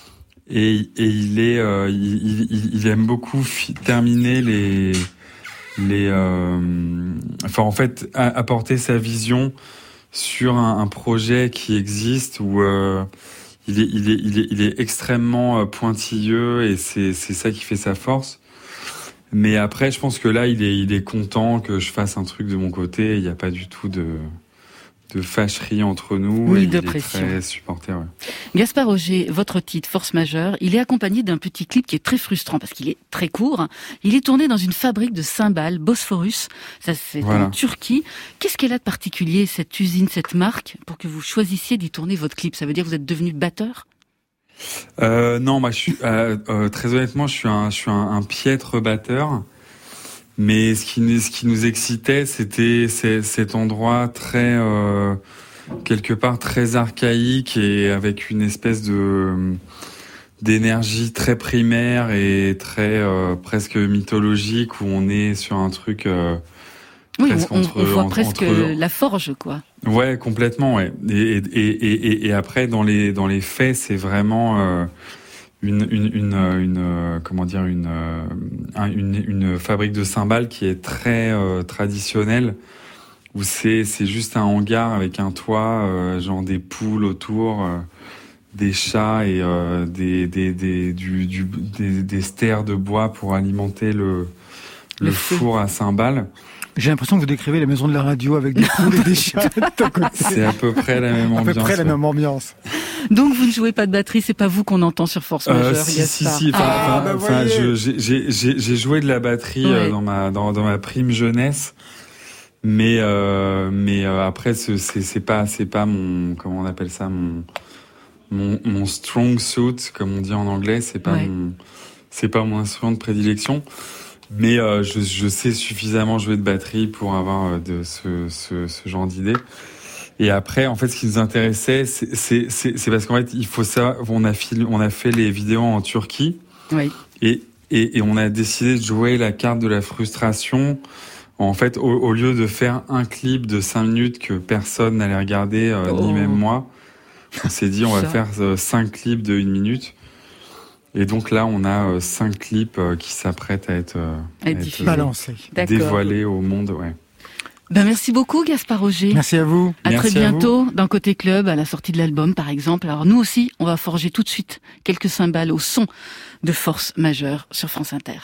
Et il aime beaucoup terminer en fait, apporter sa vision sur un projet qui existe où il est extrêmement pointilleux et c'est ça qui fait sa force. Mais après, je pense que là, il est content que je fasse un truc de mon côté. Il n'y a pas du tout de fâcherie entre nous. Oui, et de il pression. est très supporter, ouais. Gaspard Auger, votre titre Force majeure, il est accompagné d'un petit clip qui est très frustrant parce qu'il est très court. Il est tourné dans une fabrique de cymbales, Bosphorus. Ça, c'est en Turquie. Qu'est-ce qu'elle a de particulier, cette usine, cette marque, pour que vous choisissiez d'y tourner votre clip? Ça veut dire que vous êtes devenu batteur? Non, moi, je suis très honnêtement, je suis un piètre batteur. Mais ce qui nous excitait, c'était cet endroit très quelque part très archaïque et avec une espèce d'énergie très primaire et très presque mythologique, où on est sur un truc oui, on voit presque la forge, quoi. Ouais, complètement, ouais. Et après, dans les faits, c'est vraiment une fabrique de cymbales qui est très traditionnelle, où c'est juste un hangar avec un toit, genre des poules autour, des chats et des stères de bois pour alimenter le four à cymbales. J'ai l'impression que vous décrivez la maison de la radio avec des poules et des chats de ton côté. C'est à peu près la même ambiance. À peu près la même ambiance. Donc vous ne jouez pas de batterie, c'est pas vous qu'on entend sur Force majeure. Si. J'ai joué de la batterie dans ma prime jeunesse, mais après c'est pas mon, comment on appelle ça, mon strong suit, comme on dit en anglais. C'est pas mon instrument de prédilection. Mais je sais suffisamment jouer de batterie pour avoir ce genre d'idée. Et après, en fait, ce qui nous intéressait, c'est parce qu'en fait, il faut ça. On a fait les vidéos en Turquie. Oui. Et on a décidé de jouer la carte de la frustration. En fait, au lieu de faire un clip de 5 minutes que personne n'allait regarder, ni même moi, on s'est dit on va faire 5 clips de 1 minute. Et donc là, on a 5 clips qui s'apprêtent à être balancés, dévoilés au monde. Ouais. Merci beaucoup, Gaspard Auger. Merci à vous. Très bientôt dans Côté Club, à la sortie de l'album, par exemple. Alors nous aussi, on va forger tout de suite quelques cymbales au son de Force majeure sur France Inter.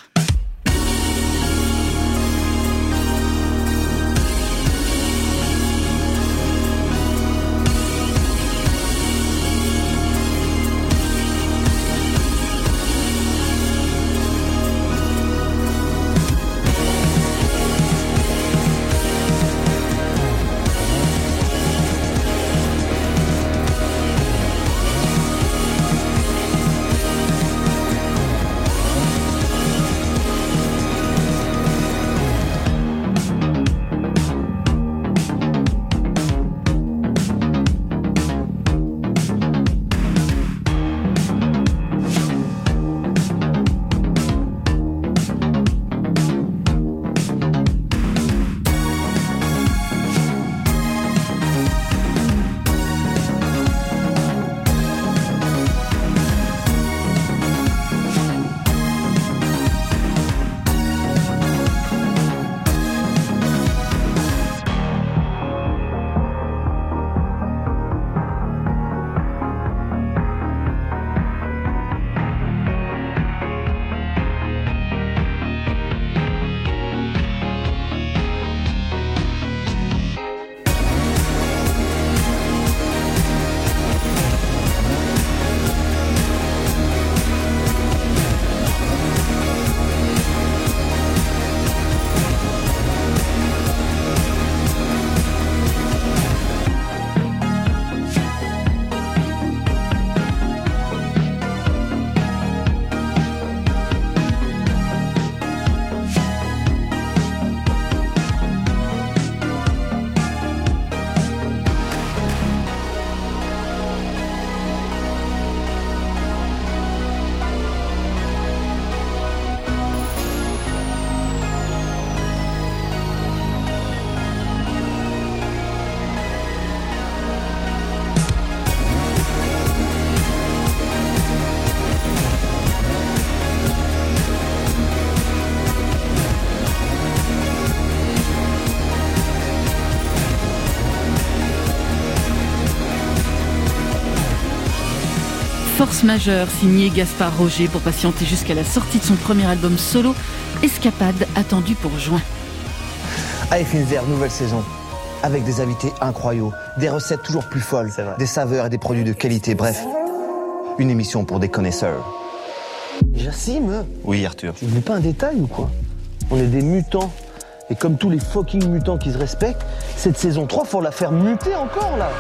Force majeure, signé Gaspard Roger, pour patienter jusqu'à la sortie de son premier album solo, Escapade, attendu pour juin. Finzer, nouvelle saison. Avec des invités incroyables, des recettes toujours plus folles, des saveurs et des produits de qualité, bref. Une émission pour des connaisseurs. Jassim? Oui, Arthur. Tu n'oublies pas un détail ou quoi? On est des mutants. Et comme tous les fucking mutants qui se respectent, cette saison 3, faut la faire muter encore, là.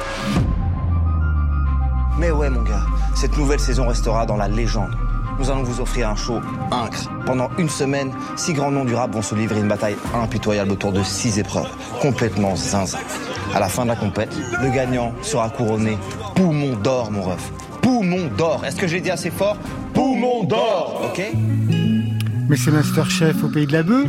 Mais ouais, mon gars, cette nouvelle saison restera dans la légende. Nous allons vous offrir un show incre. Pendant une semaine, 6 grands noms du rap vont se livrer une bataille impitoyable autour de 6 épreuves, complètement zinzin. À la fin de la compète, le gagnant sera couronné poumon d'or, mon ref. Poumon d'or. Est-ce que j'ai dit assez fort? Poumon d'or, ok? Mais c'est Masterchef au pays de la bœuf.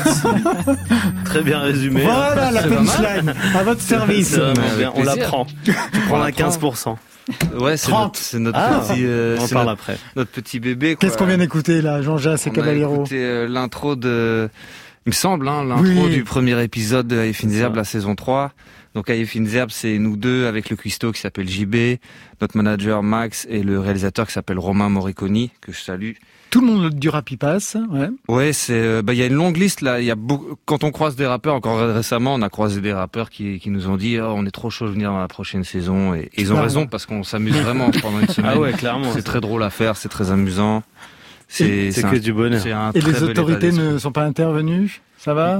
Très bien résumé. Voilà la punchline, à votre service. On la prend. Tu prends la 15%. Ouais, c'est notre petit. On parle après. Notre petit bébé. Quoi. Qu'est-ce qu'on vient d'écouter là, Jean-Jacques et Caballero? On a écouté l'intro de. Il me semble, l'intro du premier épisode de Finzer, la saison 3. Donc Finzer, c'est nous deux avec le cuistot qui s'appelle JB, notre manager Max et le réalisateur qui s'appelle Romain Moriconi, que je salue. Tout le monde du rap y passe, ouais. Ouais, c'est il y a une longue liste là, il y a quand on croise des rappeurs, encore récemment, on a croisé des rappeurs qui nous ont dit on est trop chaud de venir dans la prochaine saison et ils ont raison parce qu'on s'amuse vraiment pendant une semaine. Ah ouais, clairement. C'est très drôle à faire, c'est très amusant. C'est que du bonheur. Et les autorités ne sont pas intervenues, ça va?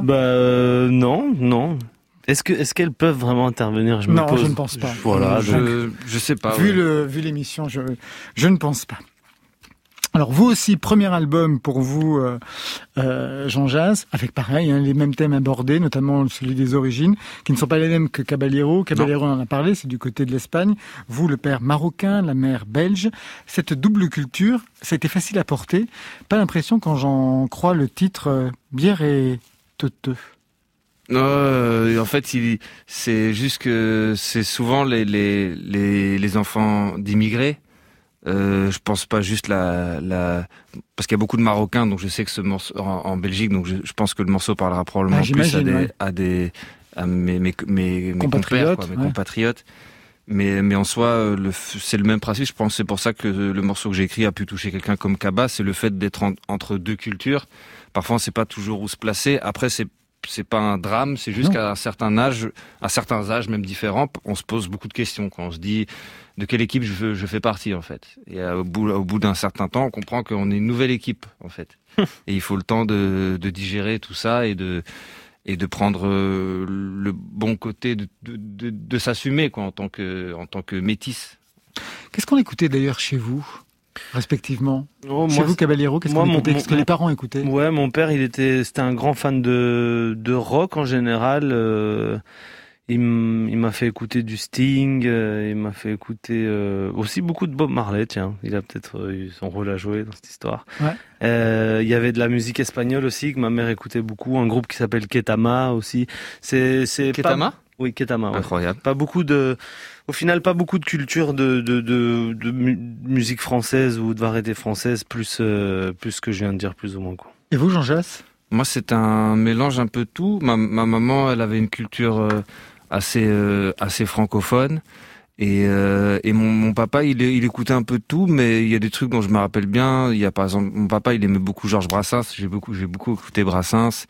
Non. Est-ce qu'elles peuvent vraiment intervenir? Je ne pense pas. Je sais pas. Vu l'émission, je ne pense pas. Alors vous aussi, premier album pour vous, Jean-Jacques, avec pareil, les mêmes thèmes abordés, notamment celui des origines, qui ne sont pas les mêmes que Caballero. Caballero, on en a parlé, c'est du côté de l'Espagne. Vous, le père marocain, la mère belge. Cette double culture, ça a été facile à porter. Pas l'impression quand j'en crois le titre Bière et Teuteux. En fait, c'est juste que c'est souvent les enfants d'immigrés. Je pense pas juste parce qu'il y a beaucoup de Marocains, donc je sais que ce morceau en Belgique, donc je pense que le morceau parlera probablement plus à mes compatriotes, compères, mes compatriotes. Mais en soi, c'est le même principe. Je pense que c'est pour ça que le morceau que j'ai écrit a pu toucher quelqu'un comme Kaba. C'est le fait d'être entre deux cultures. Parfois, on sait pas toujours où se placer. Après, c'est pas un drame, c'est juste qu'à certains âges même différents, on se pose beaucoup de questions quand on se dit de quelle équipe je fais partie en fait. Et au bout d'un certain temps, on comprend qu'on est une nouvelle équipe en fait. Et il faut le temps de digérer tout ça et de prendre le bon côté de s'assumer quoi en tant que métis. Qu'est-ce qu'on écoutait d'ailleurs chez vous? Respectivement. Chez vous, Caballero, qu'est-ce qu'on écoutait? Qu'est-ce que les parents écoutaient? Ouais, mon père, c'était un grand fan de rock en général. Il m'a fait écouter du Sting, il m'a fait écouter aussi beaucoup de Bob Marley, tiens. Il a peut-être eu son rôle à jouer dans cette histoire. Ouais. Il y avait de la musique espagnole aussi, que ma mère écoutait beaucoup. Un groupe qui s'appelle Ketama aussi. Ketama? Oui, Ketama. Ouais. Incroyable. Au final, pas beaucoup de culture de musique française ou de variété française, plus que je viens de dire, plus ou moins, quoi. Et vous, Jean-Jacques? Moi, c'est un mélange un peu de tout. Ma maman, elle avait une culture assez francophone. Et mon papa, il écoutait un peu de tout, mais il y a des trucs dont je me rappelle bien. Il y a, par exemple, mon papa, il aimait beaucoup Georges Brassens. J'ai beaucoup écouté Brassens.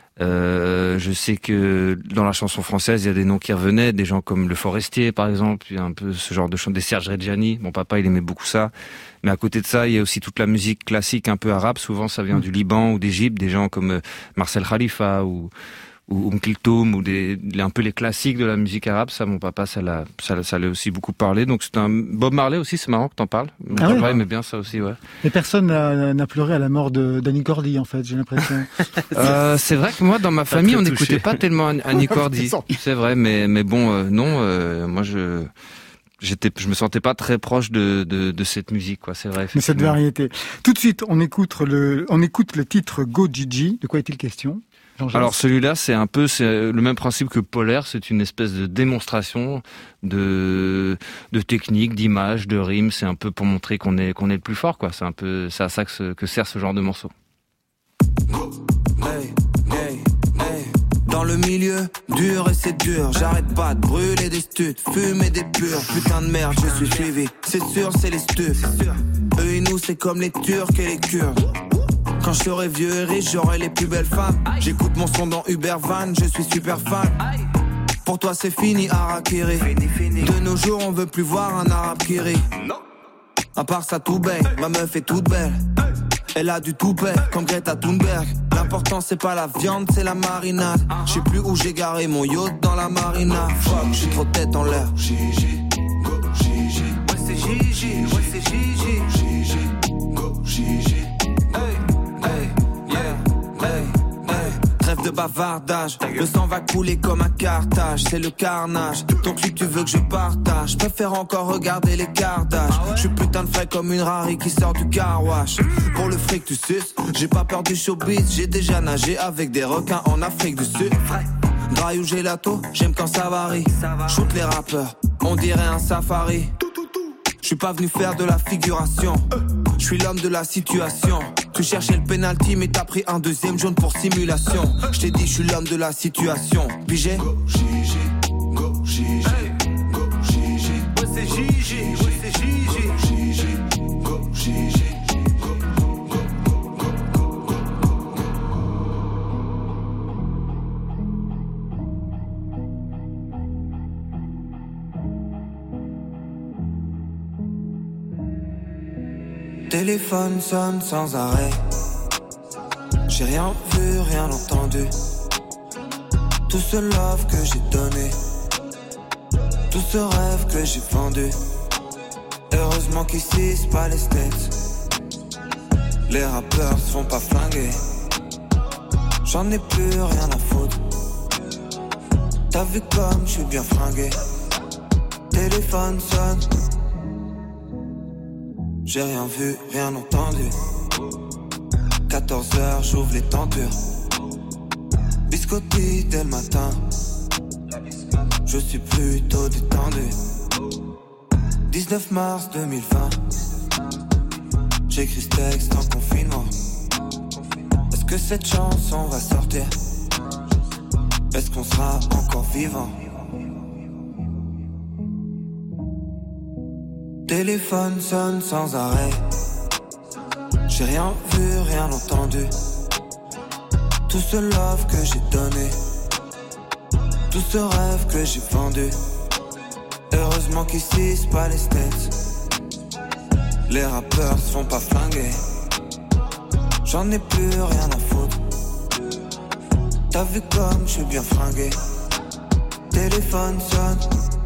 Je sais que dans la chanson française, il y a des noms qui revenaient, des gens comme Le Forestier, par exemple, il y a un peu ce genre de chant, des Serge Reggiani. Mon papa, il aimait beaucoup ça. Mais à côté de ça, il y a aussi toute la musique classique un peu arabe. Souvent, ça vient du Liban ou d'Égypte, des gens comme Marcel Khalifa ou Kulthum ou un peu les classiques de la musique arabe. Ça, mon papa, ça l'a aussi beaucoup parlé. Donc c'est un Bob Marley aussi, c'est marrant que t'en parles. Mon papa aimait bien ça aussi, ouais. Et personne n'a pleuré à la mort d'Annie Cordy, en fait, j'ai l'impression. C'est vrai que moi, dans ma famille, on n'écoutait pas tellement Annie Cordy. C'est vrai, mais bon, non, moi je me sentais pas très proche de cette musique, quoi. C'est vrai. Mais cette variété. Tout de suite, on écoute le titre Go Gigi. De quoi est-il question? Alors celui-là, c'est le même principe que Polaire, c'est une espèce de démonstration de technique, d'image, de rime, c'est un peu pour montrer qu'on est le plus fort, quoi. C'est à ça que sert ce genre de morceau. Hey, hey, hey. Dans le milieu, dur et c'est dur. J'arrête pas de brûler des studs, fumer des purs. Putain de merde, je suis suivi. C'est sûr, c'est les stupes. Eux et nous, c'est comme les Turcs et les Kurdes. Quand je serai vieux et riche, j'aurai les plus belles femmes. J'écoute mon son dans Uber Van, je suis super fan. Pour toi c'est fini, Harakiri. De nos jours on veut plus voir un arabe qui rit. À part ça tout baigne, ma meuf est toute belle. Elle a du toupet, comme Greta Thunberg. L'important c'est pas la viande, c'est la marinade. Je sais plus où j'ai garé mon yacht dans la marina. Fuck, je suis trop tête en l'air. Gigi, go Gigi. Ouais c'est Gigi, ouais c'est Gigi. Gigi, go Gigi. Trêve de bavardage, le sang va couler comme un Carthage, c'est le carnage, donc si tu veux que je partage, je préfère encore regarder les cardages. Je suis putain de frais comme une Rari qui sort du car wash. Pour le fric tu suces, j'ai pas peur du showbiz, j'ai déjà nagé avec des requins en Afrique du Sud. Dry ou gelato, j'aime quand ça varie. Shoot les rappeurs, on dirait un safari. Je suis pas venu faire de la figuration, je suis l'homme de la situation. Tu cherchais le penalty mais t'as pris un deuxième jaune pour simulation. Je t'ai dit je suis l'homme de la situation. Pigé. Go Gigi, go Gigi, go Gigi. Ouais c'est Gigi, ouais c'est Gigi. Gigi, go Gigi. Téléphone sonne sans arrêt. J'ai rien vu, rien entendu. Tout ce love que j'ai donné, tout ce rêve que j'ai vendu. Heureusement qu'ici c'est pas les States. Les rappeurs se font pas flinguer. J'en ai plus rien à foutre. T'as vu comme je suis bien fringué. Téléphone sonne. J'ai rien vu, rien entendu. 14h, j'ouvre les tentures. Biscotti dès le matin. Je suis plutôt détendu. 19 mars 2020. J'écris ce texte en confinement. Est-ce que cette chanson va sortir? Est-ce qu'on sera encore vivant? Téléphone sonne sans arrêt. J'ai rien vu, rien entendu. Tout ce love que j'ai donné, tout ce rêve que j'ai vendu. Heureusement qu'ici c'est pas les States. Les rappeurs se font pas flinguer. J'en ai plus rien à foutre. T'as vu comme je suis bien fringué. Téléphone sonne.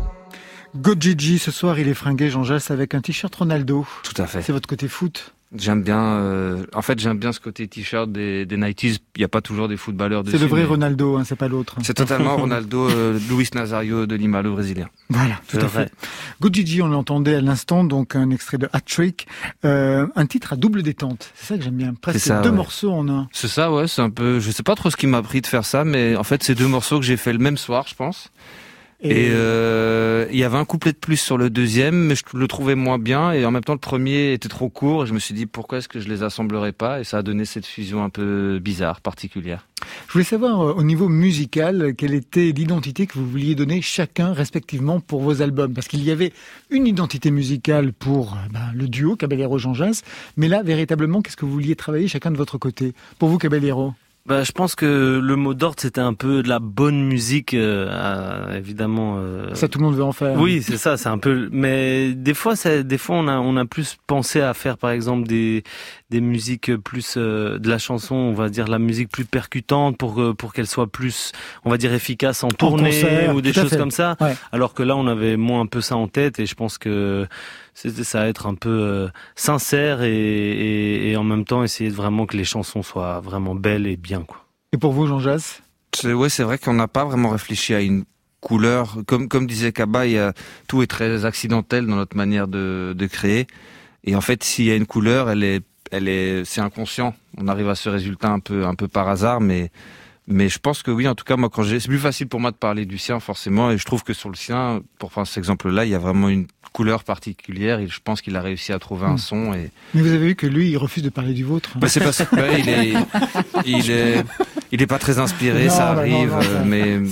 Go Gigi, ce soir il est fringué, Jean Jass, avec un t-shirt Ronaldo. Tout à fait. C'est votre côté foot? J'aime bien, j'aime bien ce côté t-shirt des 90s. Il n'y a pas toujours des footballeurs dessus. C'est le vrai Ronaldo, hein, c'est pas l'autre. C'est totalement Ronaldo, Luis Nazario de Lima, le Brésilien. Voilà, tout à fait. Go Gigi, on l'entendait à l'instant, donc un extrait de Hat Trick, un titre à double détente. C'est ça que j'aime bien. Presque ça, deux morceaux en un. C'est ça, ouais, c'est un peu, je sais pas trop ce qui m'a pris de faire ça, mais en fait, c'est deux morceaux que j'ai fait le même soir, je pense. Et il y avait un couplet de plus sur le deuxième, mais je le trouvais moins bien. Et en même temps, le premier était trop court. Et je me suis dit, pourquoi est-ce que je les assemblerais pas? Et ça a donné cette fusion un peu bizarre, particulière. Je voulais savoir, au niveau musical, quelle était l'identité que vous vouliez donner chacun, respectivement, pour vos albums? Parce qu'il y avait une identité musicale pour le duo Caballero-Jean Jass. Mais là, véritablement, qu'est-ce que vous vouliez travailler chacun de votre côté? Pour vous, Caballero? Je pense que le mot d'ordre c'était un peu de la bonne musique, évidemment. Ça, tout le monde veut en faire. Oui, c'est ça, c'est un peu. Mais des fois on a plus pensé à faire, par exemple, des musiques plus de la chanson, on va dire la musique plus percutante pour qu'elle soit plus, on va dire, efficace en tournée concert, ou des choses comme ça. Ouais. Alors que là, on avait moins un peu ça en tête, et je pense que ça va être un peu sincère et en même temps essayer de vraiment que les chansons soient vraiment belles et bien, quoi. Et pour vous, Jean Jass? Ouais, c'est vrai qu'on n'a pas vraiment réfléchi à une couleur. Comme disait Kaba, tout est très accidentel dans notre manière de créer. Et en fait, s'il y a une couleur, c'est inconscient. On arrive à ce résultat un peu par hasard, mais je pense que oui, en tout cas, moi, c'est plus facile pour moi de parler du sien, forcément, et je trouve que sur le sien, pour prendre cet exemple-là, il y a vraiment une couleur particulière, et je pense qu'il a réussi à trouver un son, Mais vous avez vu que lui, il refuse de parler du vôtre. C'est parce que, Il est pas très inspiré, ça arrive, mais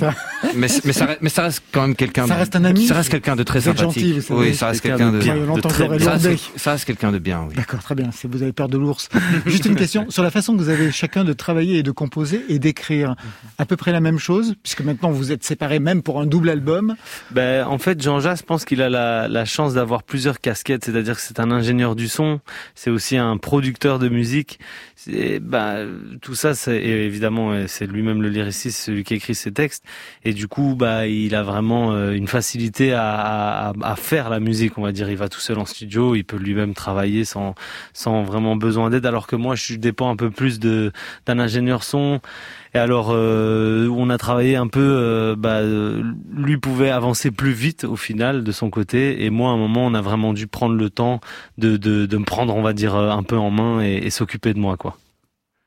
ça reste quand même quelqu'un. Ça reste un ami. Ça reste quelqu'un de très sympathique. Gentil, vous savez. Oui, ça reste quelqu'un de bien. Ça reste quelqu'un de bien, oui. D'accord, très bien. Si vous avez peur de l'ours. Juste une question sur la façon que vous avez chacun de travailler et de composer et d'écrire. À peu près la même chose, puisque maintenant vous êtes séparés même pour un double album. Ben, en fait, Jean-Jacques, je pense qu'il a la chance d'avoir plusieurs casquettes. C'est-à-dire que c'est un ingénieur du son, c'est aussi un producteur de musique. Tout ça, et évidemment, c'est lui-même le lyriciste, celui qui écrit ses textes. Et du coup, il a vraiment une facilité à faire la musique, on va dire. Il va tout seul en studio, il peut lui-même travailler sans vraiment besoin d'aide. Alors que moi, je dépends un peu plus d'un ingénieur son. Et alors, on a travaillé un peu. Lui pouvait avancer plus vite au final de son côté, et moi, à un moment, on a vraiment dû prendre le temps de me prendre, on va dire, un peu en main et s'occuper de moi, quoi. Jean-Jacques ?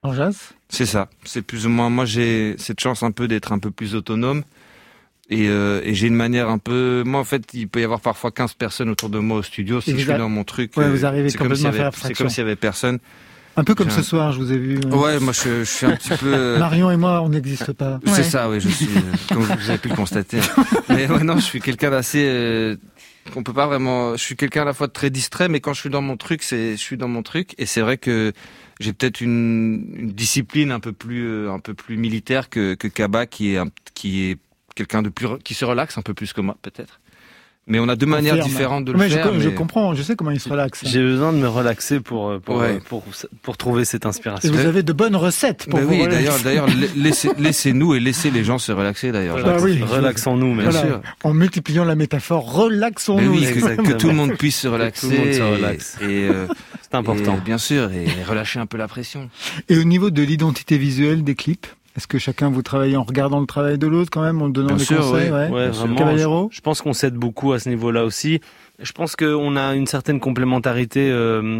C'est ça. C'est plus ou moins. Moi, j'ai cette chance un peu d'être un peu plus autonome. Et j'ai une manière un peu... Moi, en fait, il peut y avoir parfois 15 personnes autour de moi au studio. Si je suis dans mon truc, vous arrivez complètement à faire abstraction. C'est comme s'il y avait personne. Un peu comme ce soir, je vous ai vu. Ouais, moi, je suis un petit peu... Marion et moi, on n'existe pas. C'est ça, oui, je suis... comme vous avez pu le constater. Mais ouais, non, je suis quelqu'un d'assez... qu'on peut pas vraiment... Je suis quelqu'un à la fois de très distrait, mais quand je suis dans mon truc, je suis dans mon truc. Et c'est vrai que j'ai peut-être une discipline un peu plus militaire que Kaba, qui est quelqu'un de plus, qui se relaxe un peu plus que moi, peut-être. Mais on a deux manières différentes de le faire. Je comprends, je sais comment il se relaxe. J'ai besoin de me relaxer pour trouver cette inspiration. Et vous avez de bonnes recettes pour vous relaxer. D'ailleurs, laissez-nous et laissez les gens se relaxer, d'ailleurs. Relaxons-nous, bien sûr. En multipliant la métaphore, relaxons-nous. Oui, que tout le monde puisse se relaxer. Tout le monde se relaxe. C'est important. Bien sûr, et relâcher un peu la pression. Et au niveau de l'identité visuelle des clips, est-ce que chacun vous travaille en regardant le travail de l'autre quand même, en donnant des conseils? Ouais, vraiment. Caballero, je pense qu'on s'aide beaucoup à ce niveau-là aussi. Je pense qu'on a une certaine complémentarité,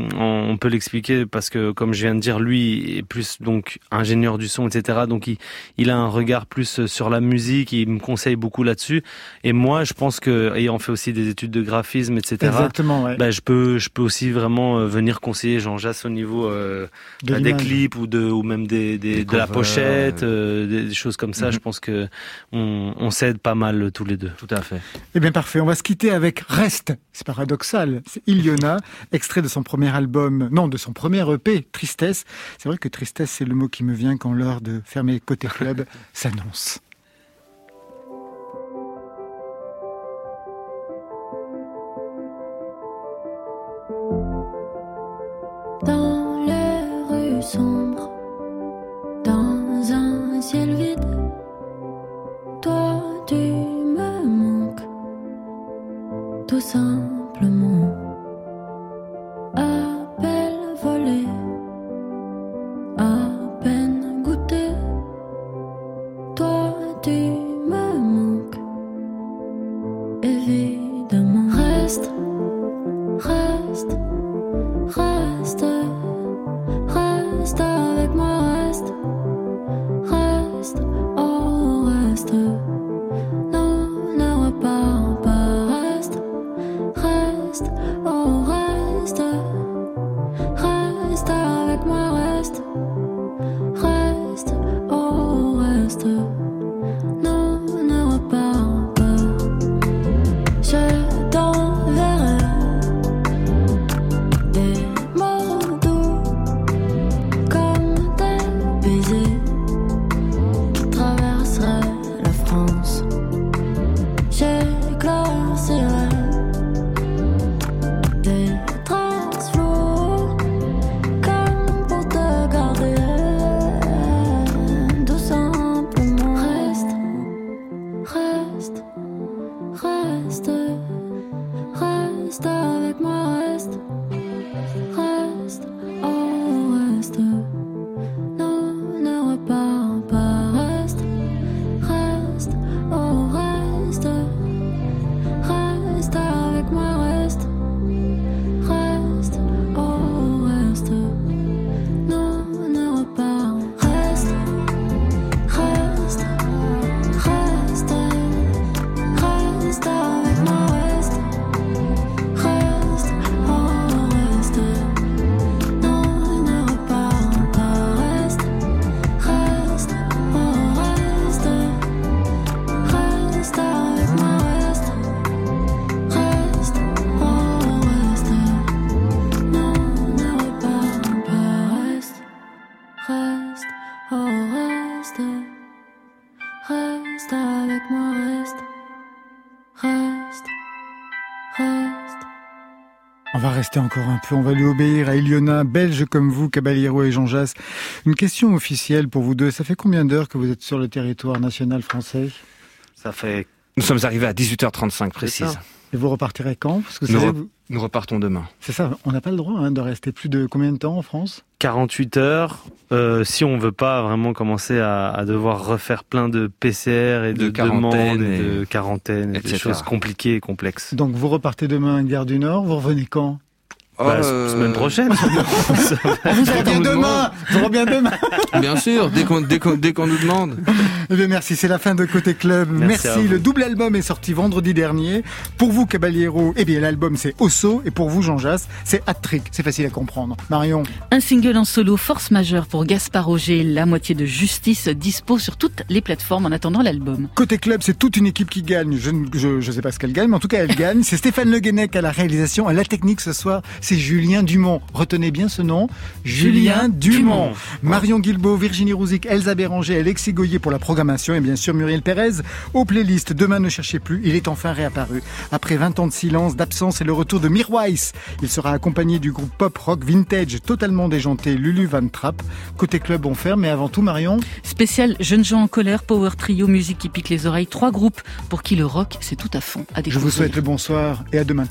on peut l'expliquer parce que, comme je viens de dire, lui est plus donc ingénieur du son, etc. Donc il a un regard plus sur la musique, il me conseille beaucoup là-dessus. Et moi, je pense que, ayant fait aussi des études de graphisme, etc. Exactement, ouais. Je peux aussi vraiment venir conseiller Jean-Jacques au niveau des clips ou même de la pochette, des choses comme ça. Je pense que on s'aide pas mal tous les deux. Tout à fait. Eh bien parfait, on va se quitter avec Reste. C'est paradoxal, c'est Iliona, extrait de son premier album, non, de son premier EP, Tristesse. C'est vrai que tristesse, c'est le mot qui me vient quand l'heure de fermer Côté Club s'annonce. Dans les rues sombres, dans un ciel vide, toi tu me manques, tout simplement. Appel volé, à peine goûté, toi tu me manques, évidemment. Reste, reste, reste, reste avec moi, reste, reste, oh reste. Non, ne repars pas, reste, reste, oh reste, reste avec moi, reste, reste, oh reste. Non, ne repars pas. Je t'enverrai des mots doux comme des baisers qui traverseraient la France. J'éclaircirai des traces floues comme pour te garder, tout simplement. Reste, reste, reste, reste avec moi, reste, reste, oh reste. Non, ne repars pas, reste, reste, oh reste, reste avec moi, reste, reste, oh reste. Non, ne repars, reste, reste, reste, reste avec moi, reste, reste, oh reste. reste. On va rester encore un peu, on va lui obéir à Iliona, belge comme vous, Caballero et Jean Jass. Une question officielle pour vous deux, ça fait combien d'heures que vous êtes sur le territoire national français ? Nous sommes arrivés à 18h35 précise. Et vous repartirez quand ? Parce que nous repartons demain. C'est ça, on n'a pas le droit de rester plus de combien de temps en France ? 48 heures, si on veut pas vraiment commencer à devoir refaire plein de PCR et de demandes et de quarantaine et des choses compliquées et complexes. Donc vous repartez demain à Gare du Nord, vous revenez quand ? Semaine prochaine. Vous reviens demain. Bien sûr, dès qu'on nous demande. Eh bien merci, c'est la fin de Côté Club. Merci. Le double album est sorti vendredi dernier. Pour vous, Caballero, eh bien l'album c'est Osso, et pour vous, Jean Jass, c'est Hat-Trick. C'est facile à comprendre. Marion. Un single en solo, Force majeure pour Gaspard Roger, la moitié de Justice, dispo sur toutes les plateformes en attendant l'album. Côté Club, c'est toute une équipe qui gagne. Je sais pas ce qu'elle gagne, mais en tout cas elle gagne. C'est Stéphane Le Guenec à la réalisation, à la technique ce soir. C'est Julien Dumont. Retenez bien ce nom. Julien Dumont. Marion Guilbault, Virginie Rouzic, Elsa Béranger, Alexis Goyer pour la programmation et bien sûr Muriel Pérez aux playlists. Demain ne cherchez plus, il est enfin réapparu. Après 20 ans de silence, d'absence et le retour de Mirwais. Il sera accompagné du groupe pop rock vintage totalement déjanté Lulu Van Trapp. Côté Club, on ferme, mais avant tout Marion. Spécial Jeunes gens en colère, power trio, musique qui pique les oreilles. 3 groupes pour qui le rock c'est tout à fond. À découvrir. Je vous souhaite le bonsoir et à demain.